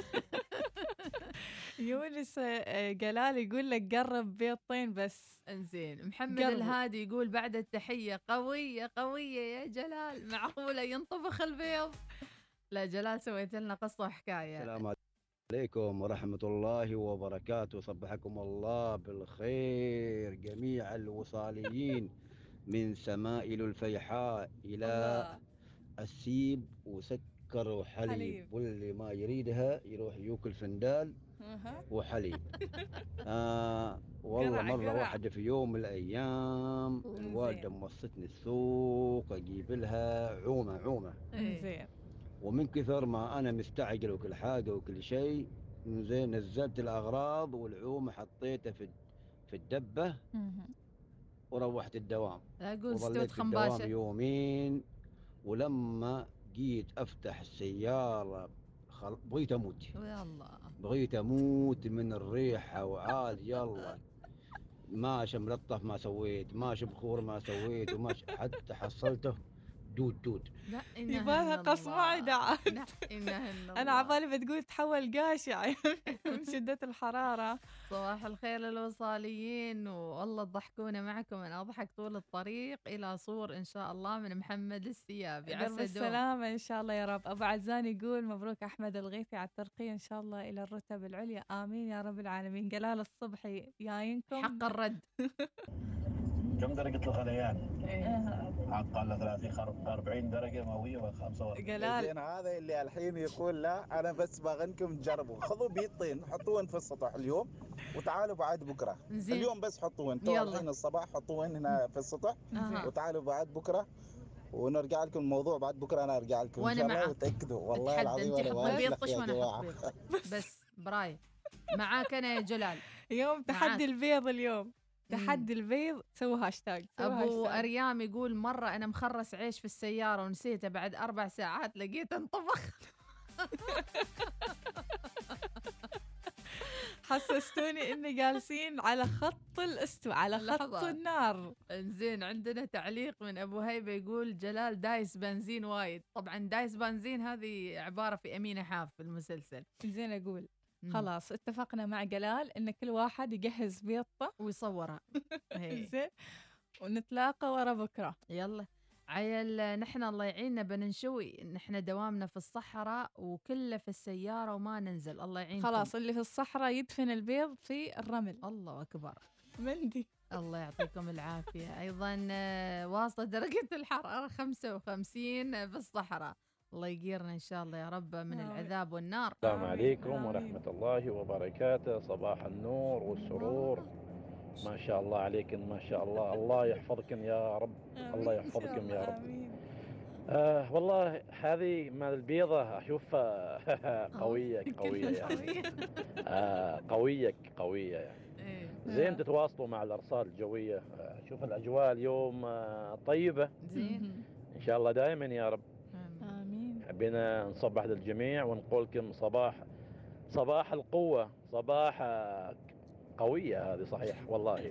يونس جلال يقول لك قرب بيضتين بس. انزين. محمد قرب. الهادي يقول بعد التحية قوية قوية يا جلال، معقولة ينطبخ البيض؟ لا جلال سويت لنا قصة وحكاية. السلام عليكم ورحمة الله وبركاته، صبحكم الله بالخير جميع الوصاليين من سمائل الفيحاء إلى الله. السيب وسكر وحليب حليب. واللي ما يريدها يروح يوكل فندال وحليب. آه والله مرة واحدة في يوم من الأيام الوالدة موصتني السوق أجيب لها عومة عومة. زين. ومن كثر ما أنا مستعجل وكل حاجة وكل شيء زين نزلت الأغراض والعومة حطيتها في في الدبة وروحت الدوام. وظليت في الدوام يومين، ولما جيت أفتح السيارة خل... بغيت أموت. يا الله. بغيت أموت من الريحة وعاد يلا ماشي ملطف ما سويت، ماشي بخور ما سويت، وماشي حتى حصلته دود دود. لا يبالها قصماء دعاء. لا إنها أنا عبالي بتقول تحول قاشع من شدة الحرارة. صباح الخير للوصاليين، والله تضحكونا معكم. أنا أضحك طول الطريق إلى صور إن شاء الله من محمد السيابي. درب السلامة إن شاء الله يا رب. أبو عزان يقول مبروك أحمد الغيثي على الترقية إن شاء الله إلى الرتب العليا، آمين يا رب العالمين. جلال الصبحي جايينكم حق الرد. كم درجة الغليان؟ عاد قال له ثلاثين أربعين درجة مئوية وخمسة وأربعين. جلال زين هذا اللي الحين يقول لا أنا بس باغنكم تجربوا، خذوا بيضتين حطوهن في السطح اليوم وتعالوا بعد بكرة. زين. اليوم بس حطوهن تو الحين الصباح حطوهن هنا في السطح وتعالوا بعد بكرة ونرجع لكم الموضوع بعد بكرة. أنا أرجع لكم إن شاء الله وتأكدوا والله العظيم أنت أنا حط البيض واثق طش يا وأنا جماعة. أحط بيض. بس براي معاك أنا يا جلال. يوم تحدي البيض اليوم. تحدي البيض. سووا هاشتاج. أبو هاشتاج. أريام يقول مرة أنا مخرس عيش في السيارة ونسيته بعد أربع ساعات لقيته انطبخ. حسستوني إني جالسين على خط الاستواء، على خط النار. زين عندنا تعليق من أبو هيبة يقول جلال دايس بنزين وايد. طبعا دايس بنزين هذه عبارة في أمينة حاف في المسلسل. زين أقول خلاص اتفقنا مع جلال إن كل واحد يجهز بيضته ويصورها. زين ونتلاقى ورا بكرة. يلا عيل نحن الله يعيننا بننشوي. نحن دوامنا في الصحراء وكله في السيارة وما ننزل. الله يعينكم. خلاص اللي في الصحراء يدفن البيض في الرمل. الله أكبر. مندي. الله يعطيكم العافية. أيضا واصلة درجة الحرارة خمسة وخمسين في الصحراء. الله يقيرنا إن شاء الله يا رب من العذاب والنار. السلام عليكم ورحمة الله وبركاته. صباح النور والسرور. ما شاء الله عليكم ما شاء الله. الله يحفظكم يا رب. الله يحفظكم يا رب. آه والله هذه مال البيضة أشوفها قوية قوية يعني. آه قوية قوية يعني. زين تتواصلوا مع الأرصاد الجوية. أشوف الأجواء اليوم طيبة. زين إن شاء الله دائما يا رب. آمين. حبينا نصبح للجميع ونقول لكم صباح صباح القوة، صباح قوية هذه صحيح والله.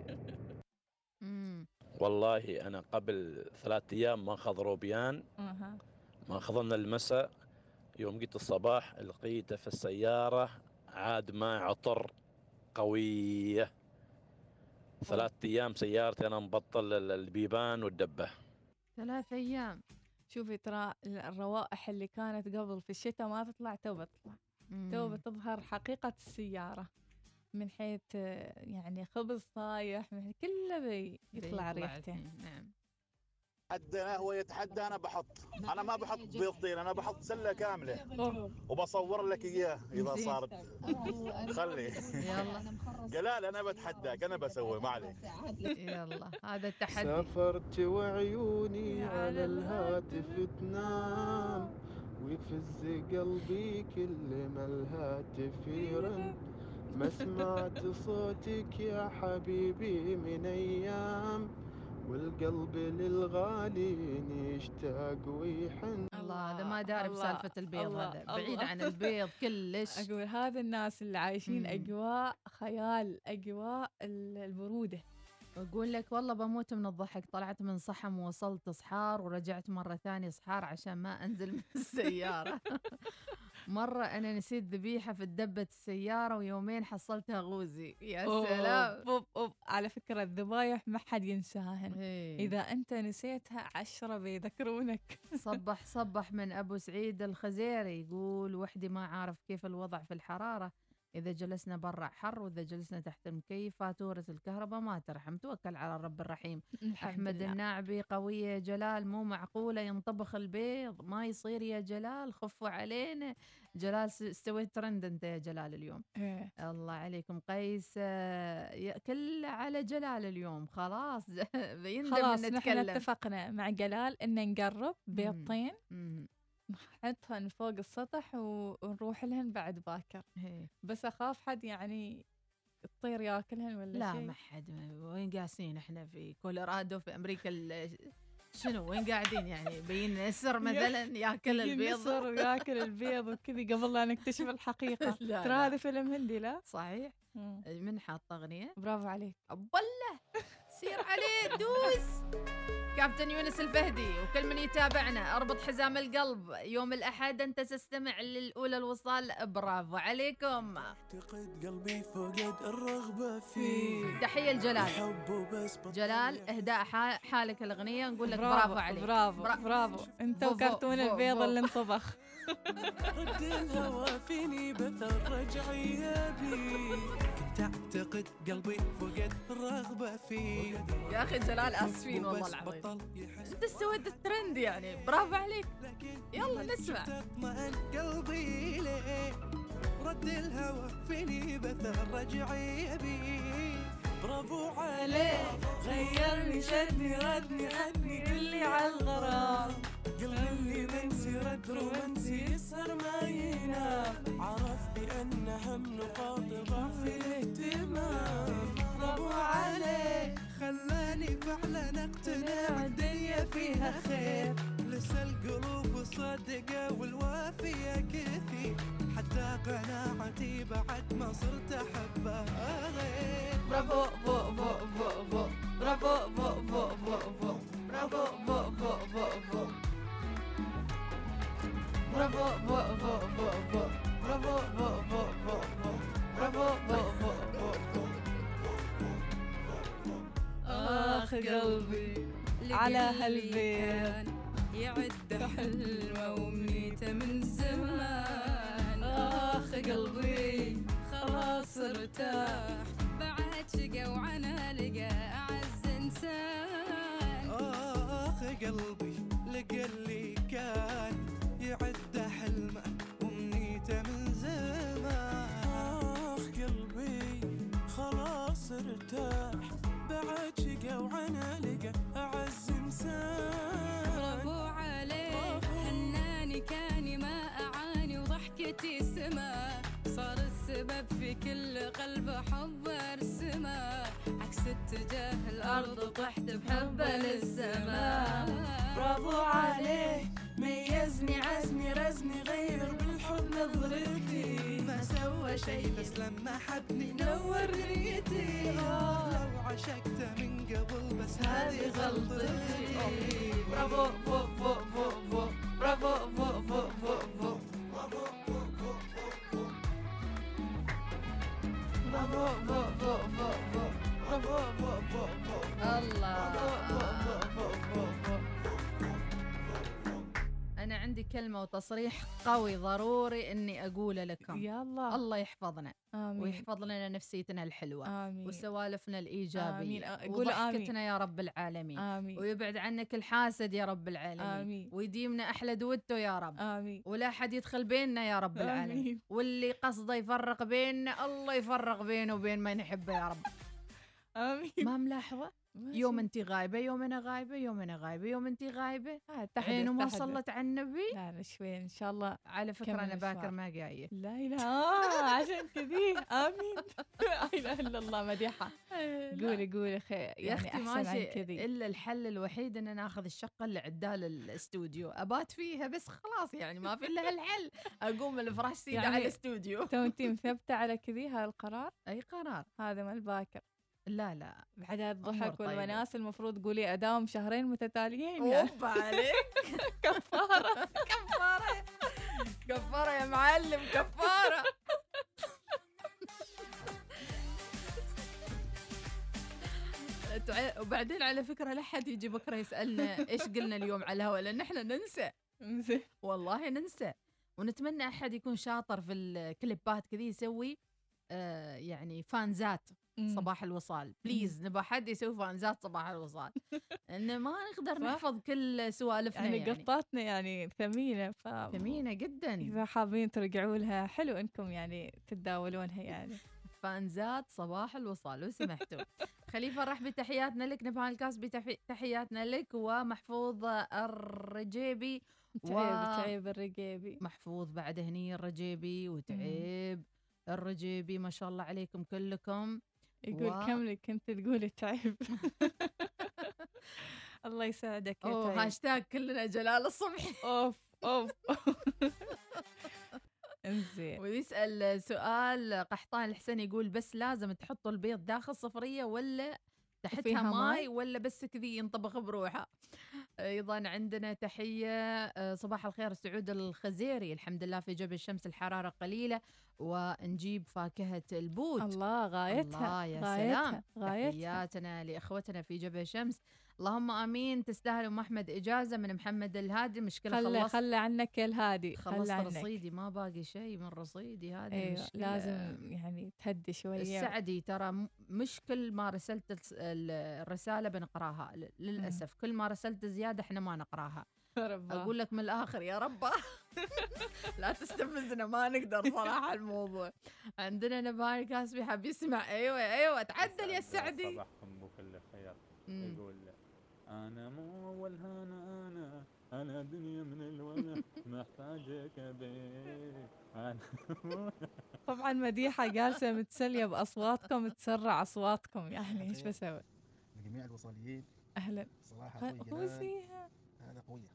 والله أنا قبل ثلاثة أيام ما أخذ روبيان، ما أخذنا المساء، يوم جيت الصباح لقيته في السيارة عاد ما عطر قوية. ثلاثة أيام سيارتي أنا مبطل البيبان والدبة. ثلاث أيام. شوفي ترى الروائح اللي كانت قبل في الشتاء ما تطلع تو بتطلع. تو بتظهر حقيقة السيارة من حيث يعني خبز صايح من كله بيطلع ريحته. نعم. حدنا هو يتحدى انا بحط انا ما بحط بيضتين انا بحط سله كامله وبصور لك اياه اذا صارت. خلي يلا جلال انا بتحداك انا بسوي ما عليك. يلا هذا التحدي. سافرت وعيوني على الهاتف تنام ويفز قلبي كل ما الهاتف يرن. ما سمعت صوتك يا حبيبي من ايام والقلب للغالي يشتاق ويحن. الله هذا ما داري بسالفة البيض. هذا بعيد عن البيض كلش. أقول هذا الناس اللي عايشين مم. أجواء خيال، أجواء البرودة. أقول لك والله بموت من الضحك. طلعت من صحم ووصلت صحار ورجعت مرة ثانية صحار عشان ما أنزل من السيارة. مرة أنا نسيت ذبيحة في الدبة السيارة ويومين حصلتها غوزي. يا سلام. أوب أوب. على فكرة الذبايح ما حد ينساهن. إذا أنت نسيتها عشرة بيذكرونك. صبح صبح من أبو سعيد الخزيري يقول وحدي ما عارف كيف الوضع في الحرارة. إذا جلسنا برا حر وإذا جلسنا تحت المكيف فاتورة الكهرباء ما ترحم. توكل على الرب الرحيم. أحمد الناعبي قوية يا جلال مو معقولة ينطبخ البيض ما يصير يا جلال خفوا علينا. جلال استويت ترند أنت يا جلال اليوم. إيه. الله عليكم. قيس كله على جلال اليوم. خلاص بيندم خلاص نتكلم. نحن اتفقنا مع جلال إن نقرب بيضتين نحطهن فوق السطح ونروح لهن بعد باكر. هي. بس أخاف حد يعني الطير ياكلهن ولا لا شيء. لا ما حد. وين قاسين احنا في كولورادو في أمريكا شنو وين قاعدين يعني بين نسر مثلا ياكل البيض. نسر وياكل البيض وكذي قبل لا نكتشف الحقيقة. ترى هذا فيلم هندي لا صحيح. من حاط أغنية. برافو عليك. والله سير عليه دوس. كابتن يونس الفهدي وكل من يتابعنا، اربط حزام القلب يوم الأحد أنت تستمع للأولى الوصال. برافو عليكم. اعتقد قلبي فقد الرغبة فيه. تحية لجلال. جلال إهداء حالك الأغنية نقول لك برافو, برافو عليك. برافو برافو, برافو. أنت وكرتون البيض اللي انطبخ. رد الهوى فيني بث الرجعية بي. كنت أعتقد قلبي فقد الرغبة فيه. يا أخي جلال آسفين والله العظيم، أنت استويت الترند يعني. برافو عليك. يلا نسمع. تطمئن قلبي ليه. رد الهوى فيني بث الرجعية بي. برافو عليه. غيرني شدني ردني خدني كلي عالغرام. قلبي اللي منسي رد رومانسي يسهر ما ينام. عرف بأن هم نقاط ضعف الاهتمام. برافو عليه. خلاني فعلا اقتنع الدنيا فيها خير. لسه القلوب صادقة والوافية كثير. حتى قناعتي بعد ما صرت أحبها غير. برافو فو فو فو فو. برافو فو فو فو فو. برافو فو فو فو فو. برافو فو فو فو فو. برافو فو فو فو فو. برافو فو فو فو فو. آخ قلبي على هالبيت يعد حلمه ومنيته من زمان. آخ قلبي خلاص ارتاح بعد شقا وعنا لقى أعز إنسان. آخ قلبي لقى اللي كان يعد حلمه ومنيته من زمان. آخ قلبي خلاص ارتاح بعد شقا وعنا لقى أعز إنسان. برافو عليه. حناني كاني ما أعاني وضحكتي سما. صار السبب في كل قلب حب ارسمه. عكس اتجاه الأرض طحت بحبه للسماء. برافو عليه. ميزني عزمي رزني غير بالحب نظرتي. ما سوى شي بس لما حبني نور نيتي. لو عشقته من قبل بس هذه غلطتي. برافو فو فو فو فو. برافو فو فو فو فو. برافو فو فو فو. برافو فو فو فو فو. برافو فو فو فو. الله. أنا عندي كلمة وتصريح قوي ضروري إني أقوله لكم. يلا. الله يحفظنا. آمين. ويحفظ لنا نفسيتنا الحلوة. آمين. وسوالفنا الإيجابية. آمين. وضحكتنا يا رب العالمين. آمين. ويبعد عنك الحاسد يا رب العالمين. آمين. ويديمنا أحلى دوتو يا رب. آمين. ولا حد يدخل بيننا يا رب العالمين. آمين. واللي قصده يفرق بيننا الله يفرق بينه وبين ما نحبه يا رب. آمين. ما ملاحظة يوم انت غايبة يوم انا غايبة يوم انا غايبة يوم انت غايبة. آه عينه ما صلت على النبي. لا لا شوي ان شاء الله. على فكرة انا باكر ما جاية. لا لا آه عشان كذي. امين. لا اله الا الله مديحة. قولي قولي خير يعني احسن عن كذي. الا الحل الوحيد ان ناخذ الشقة اللي عدال الاستوديو ابات فيها بس خلاص يعني ما في الا هالحل. اقوم الفراش سيدة يعني على الاستوديو. تو انت مثبتة على كذي هذا القرار؟ اي قرار هذا ما الباكر. لا لا بعد الضحك والوناس المفروض تقولي اداوم شهرين متتاليين. اوبا عليك. كفارة كفارة كفارة يا معلم كفارة. وبعدين على فكرة لا حد يجي بكرة يسألنا ايش قلنا اليوم على الهواء لان احنا ننسى. والله ننسى. ونتمنى احد يكون شاطر في الكليبات كذي يسوي آه يعني فانزات صباح الوصال. بليز نبغى حد يسوي فانزات صباح الوصال. إنه ما نقدر نحفظ كل سوالفنا يعني, يعني قطاتنا يعني ثمينة ف... ثمينة جدا. إذا حابين ترجعوا لها حلو إنكم يعني تتداولونها يعني. فانزات صباح الوصال لو سمحتوا. خليفة رحبي تحياتنا لك. نبهان الكاس بتحياتنا لك. ومحفوظ الرجيبي و... تعيب تعيب الرجيبي. محفوظ بعد هني الرجيبي وتعيب الرجيبي ما شاء الله عليكم كلكم. يقول و... كم لك كنت تقولي تعب. الله يساعدك يا تعب. هاشتاج كلنا جلال الصبحي. اوف اوف. انزين. ويسأل سؤال قحطان الحسين يقول بس لازم تحطوا البيض داخل صفرية ولا تحتها ماي ولا بس كذي ينطبخ بروحها. ايضا عندنا تحيه صباح الخير سعود الخزيري، الحمد لله في جبل الشمس الحراره قليله ونجيب فاكهه البوت. الله غايتها الله يا غايتها سلام. غايتها. تحياتنا لاخوتنا في جبل الشمس، اللهم امين. تستاهل ام احمد اجازه من محمد الهادي. مشكله خلي خلصت خلي عنك يا الهادي، خلصت عنك. رصيدي ما باقي شيء من رصيدي، هذه أيوة المشكله. لازم يعني تهدي شويه. السعدي ترى مش كل ما رسلت الرساله بنقراها للاسف، كل ما رسلت زياده احنا ما نقراها. ربا. اقول لك من الاخر يا ربا لا تستفزنا، ما نقدر صراحه الموضوع. عندنا نبهان الكاسبي حاب يسمع. ايوه ايوه تعدل يا السعدي. صباحكم بكل خير. يقول انا مو اول هانا انا انا دنيا من الولا محتاجك بيك انا. طبعا مديحه جالسه متسليه باصواتكم، تسرع اصواتكم يعني ايش بسوي؟ لجميع الوصاليين اهلا. صراحه اخوي فوزيها هذا قويه،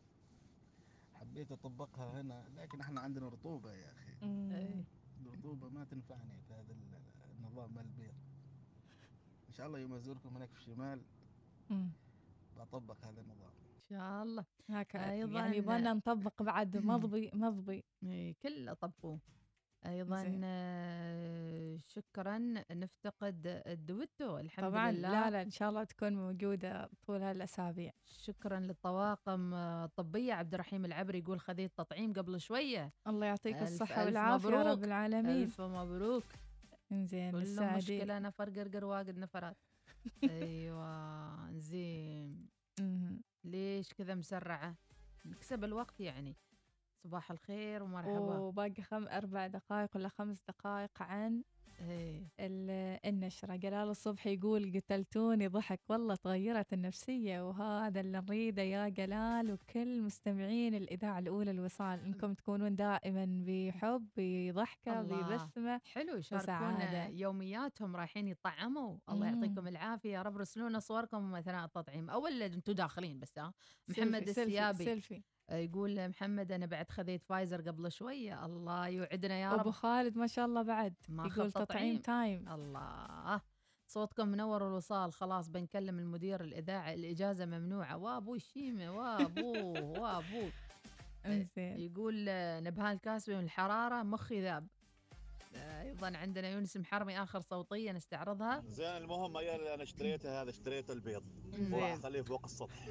حبيت اطبقها هنا لكن احنا عندنا رطوبه يا اخي. مم. الرطوبه ما تنفعني في هذا النظام مال البيض. ان شاء الله يوم ازوركم هناك في الشمال مم. بطبق هذا النظام ان شاء الله. هكذا ايضا يعني يبغانا نطبق بعد مضبي مضبي. اي كله طبقوه. ايضا آه شكرا. نفتقد الدويتو الحمد طبعا لله. لا لا ان شاء الله تكون موجوده طول هالاسابيع. شكرا للطواقم الطبيه. عبد الرحيم العبري يقول خذيت تطعيم قبل شويه. الله يعطيك ألف الصحه ألف والعافيه مبروك. يا رب العالمين. الف مبروك. انزين كله السعدي. مشكله نفر قرقر واجد نفرات. ايوه زين. ليش كذا مسرعه؟ نكسب الوقت يعني. صباح الخير ومرحبا. وباقي خم أربع دقائق ولا خمس دقائق عن ايه النشرة. جلال الصبح يقول قتلتوني ضحك، والله تغيرت النفسية وهذا اللي نريده يا جلال وكل مستمعين الإذاعة الأولى الوصال، إنكم تكونون دائما بحب بضحكة ببسمة. حلو يشاركونا يومياتهم رايحين يطعموا. الله مم. يعطيكم العافية يا رب. رسلونا صوركم أثناء التطعيم أو اللي أنتم داخلين بس. ها محمد سيلفي السيابي سيلفي. يقول محمد أنا بعد خذيت فايزر قبل شوية. الله يوعدنا يا رب. أبو خالد ما شاء الله بعد يقول تطعيم تايم. الله صوتكم منور الوصال. خلاص بنكلم المدير الإذاعة، الإجازة ممنوعة. وابو الشيمة وابوه وابوه. انزين. يقول نبهان الكاسبي من الحرارة مخي ذاب. ايضا عندنا يونس محرمي اخر صوتيه نستعرضها. زين المهم يا انا اشتريته هذا اشتريت البيض وراح اخليه فوق السطح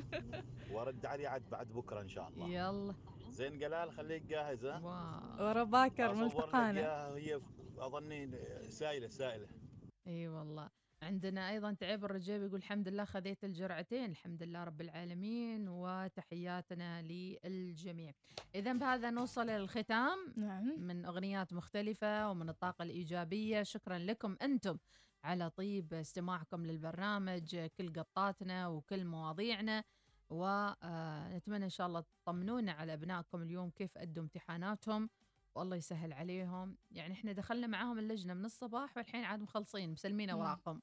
وارد عليه عاد بعد بكره ان شاء الله. يلا زين جلال خليك جاهز. ها ورا باكر ملتقانا. هي اظني سائله سائله. اي والله. عندنا ايضا تعب الرجيب يقول الحمد لله خذيت الجرعتين الحمد لله رب العالمين وتحياتنا للجميع. اذا بهذا نوصل للختام. نعم. من اغنيات مختلفه ومن الطاقه الايجابيه. شكرا لكم انتم على طيب استماعكم للبرنامج، كل قطاتنا وكل مواضيعنا، ونتمنى ان شاء الله تطمنونا على ابنائكم اليوم كيف ادوا امتحاناتهم والله يسهل عليهم. يعني احنا دخلنا معاهم اللجنه من الصباح والحين عاد مخلصين مسلمين اوراقهم.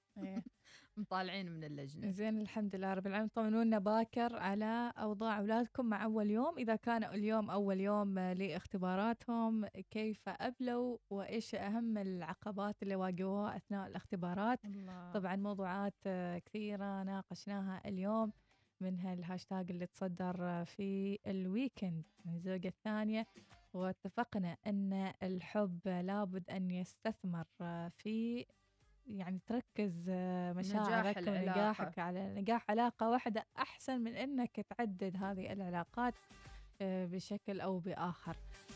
مطالعين من اللجنه. زين الحمد لله رب العالمين. طمنونا باكر على اوضاع اولادكم مع اول يوم، اذا كان اليوم اول يوم لاختباراتهم كيف ابلوا وايش اهم العقبات اللي واجهوها اثناء الاختبارات. الله. طبعا موضوعات كثيره ناقشناها اليوم، منها الهاشتاج اللي تصدر في الويكند من الزوجة الثانية، واتفقنا أن الحب لابد أن يستثمر في يعني تركز مشاعرك ونجاحك على نجاح علاقة واحدة أحسن من أنك تعدد هذه العلاقات بشكل أو بآخر.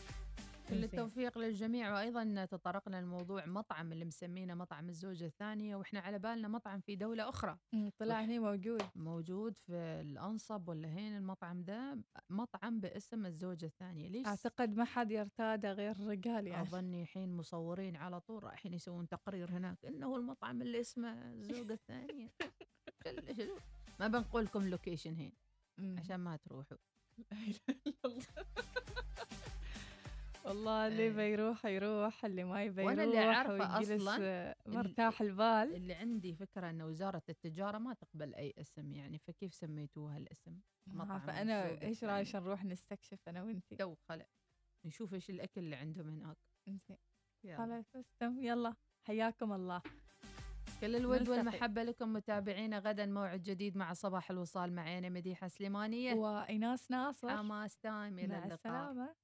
كل التوفيق للجميع. وأيضا تطرقنا لموضوع مطعم اللي مسمينه مطعم الزوجة الثانية، وإحنا على بالنا مطعم في دولة أخرى. طلع هنا موجود موجود في الأنصب ولا هين المطعم ده مطعم باسم الزوجة الثانية. ليش؟ أعتقد ما حد يرتاده غير الرجال يعني. أظني حين مصورين على طول رايحين يسوون تقرير هناك إنه المطعم اللي اسمه الزوجة الثانية. ما بنقول لكم لوكيشن هين عشان ما تروحوا. والله اللي بيروح يروح، اللي ما يبي يروح. وانا اللي عارفه اصلا مرتاح البال. اللي عندي فكره ان وزاره التجاره ما تقبل اي اسم يعني، فكيف سميتوها الاسم؟ فانا ايش رايك نروح نستكشف انا وانتي؟ تو خلق نشوف ايش الاكل اللي عندهم هناك. زين خلاص استم. يلا حياكم الله. كل الود والمحبة لكم متابعينا. غدا موعد جديد مع صباح الوصال معنا مديحة سليمانية وإيناس ناصر. حماس تايم. إلى مع اللقاء. السلامة.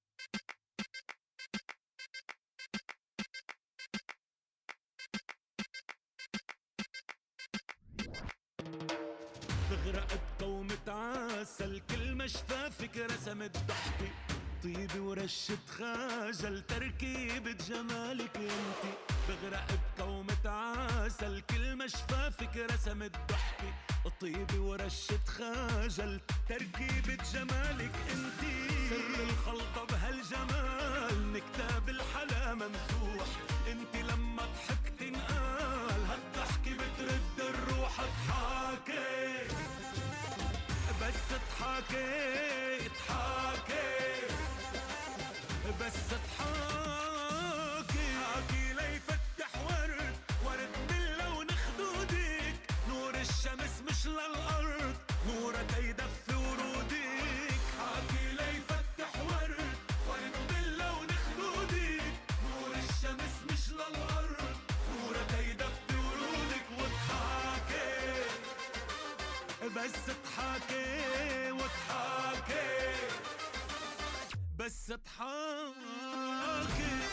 بغرق بقومة عسل كل ما شفافك رسمت ضحكي طيبة ورشة خجل تركيبة جمالك انتي. بغرق بقومة عسل كل ما شفافك رسمت ضحكي طيبة ورشة خجل تركيبة جمالك انتي. سر الخلطة بهالجمال نكتاب الحلا ممسوح انتي لما ضحكتي نقال هالضحكة بترد الروح. اضحكي بس اضحكي اضحكي بس اضحكي حكي ليفتح ورد ورد من لون خدودك. نور الشمس مش للأرض نورك يدفي ورودك. حكي ليفتح ورد ورد من لون خدودك. نور الشمس مش للأرض نورك يدفي ورودك. واضحكي بس اضحكي واضحكي بس اضحكي.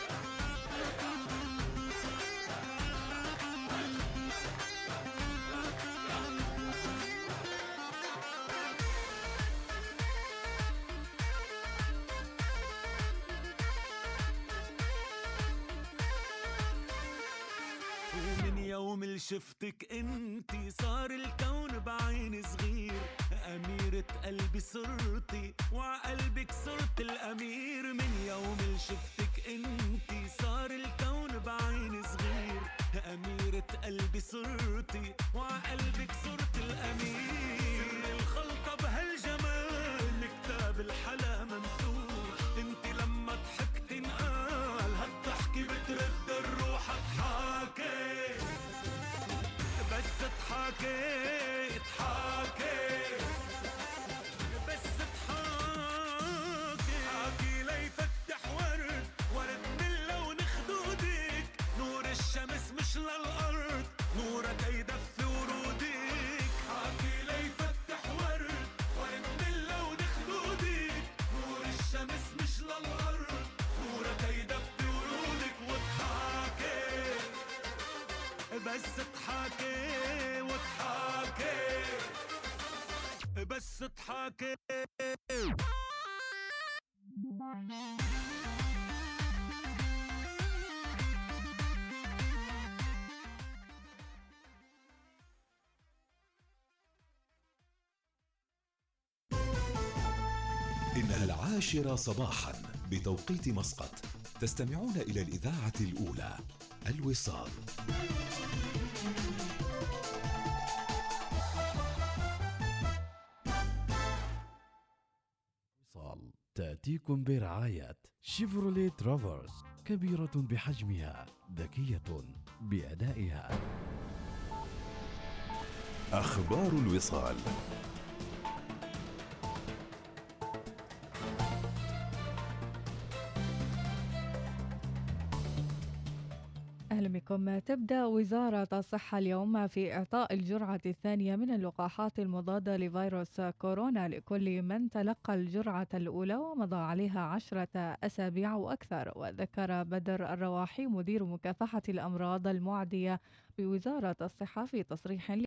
ومن يوم اللي شفتك انتي صار الكون بعين صغير. أميرة قلبي صرتي وعقلبك صرت الأمير. من يوم اللي شفتك انتي صار الكون بعين صغير. أميرة قلبي صرتي وعقلبك صرت الأمير. سر الخلطة بهالجمال نكتاب الحلا ممسوح انتي لما ضحكتي نقال هالضحكة بترد الروح. اضحكي بس اضحكي اضحكي بس اضحكي حكي ليفتح ورد ورد من لون خدودك. نور الشمس مش للأرض نورك يدفي ورودك. حكي ليفتح ورد ورد من لون خدودك. نور الشمس مش للأرض نورك يدفي ورودك. واضحكي بس اضحكي واضحكي بس اضحكي. إنها العاشرة صباحا بتوقيت مسقط. تستمعون إلى الإذاعة الأولى الوصال. وصال تأتيكم برعاية شيفروليه ترافرس. كبيرة بحجمها ذكية بأدائها. أخبار الوصال. أهلا بكم. تبدأ وزارة الصحة اليوم في إعطاء الجرعة الثانية من اللقاحات المضادة لفيروس كورونا لكل من تلقى الجرعة الأولى ومضى عليها عشرة أسابيع وأكثر. وذكر بدر الرواحي مدير مكافحة الأمراض المعدية بوزارة الصحة في تصريح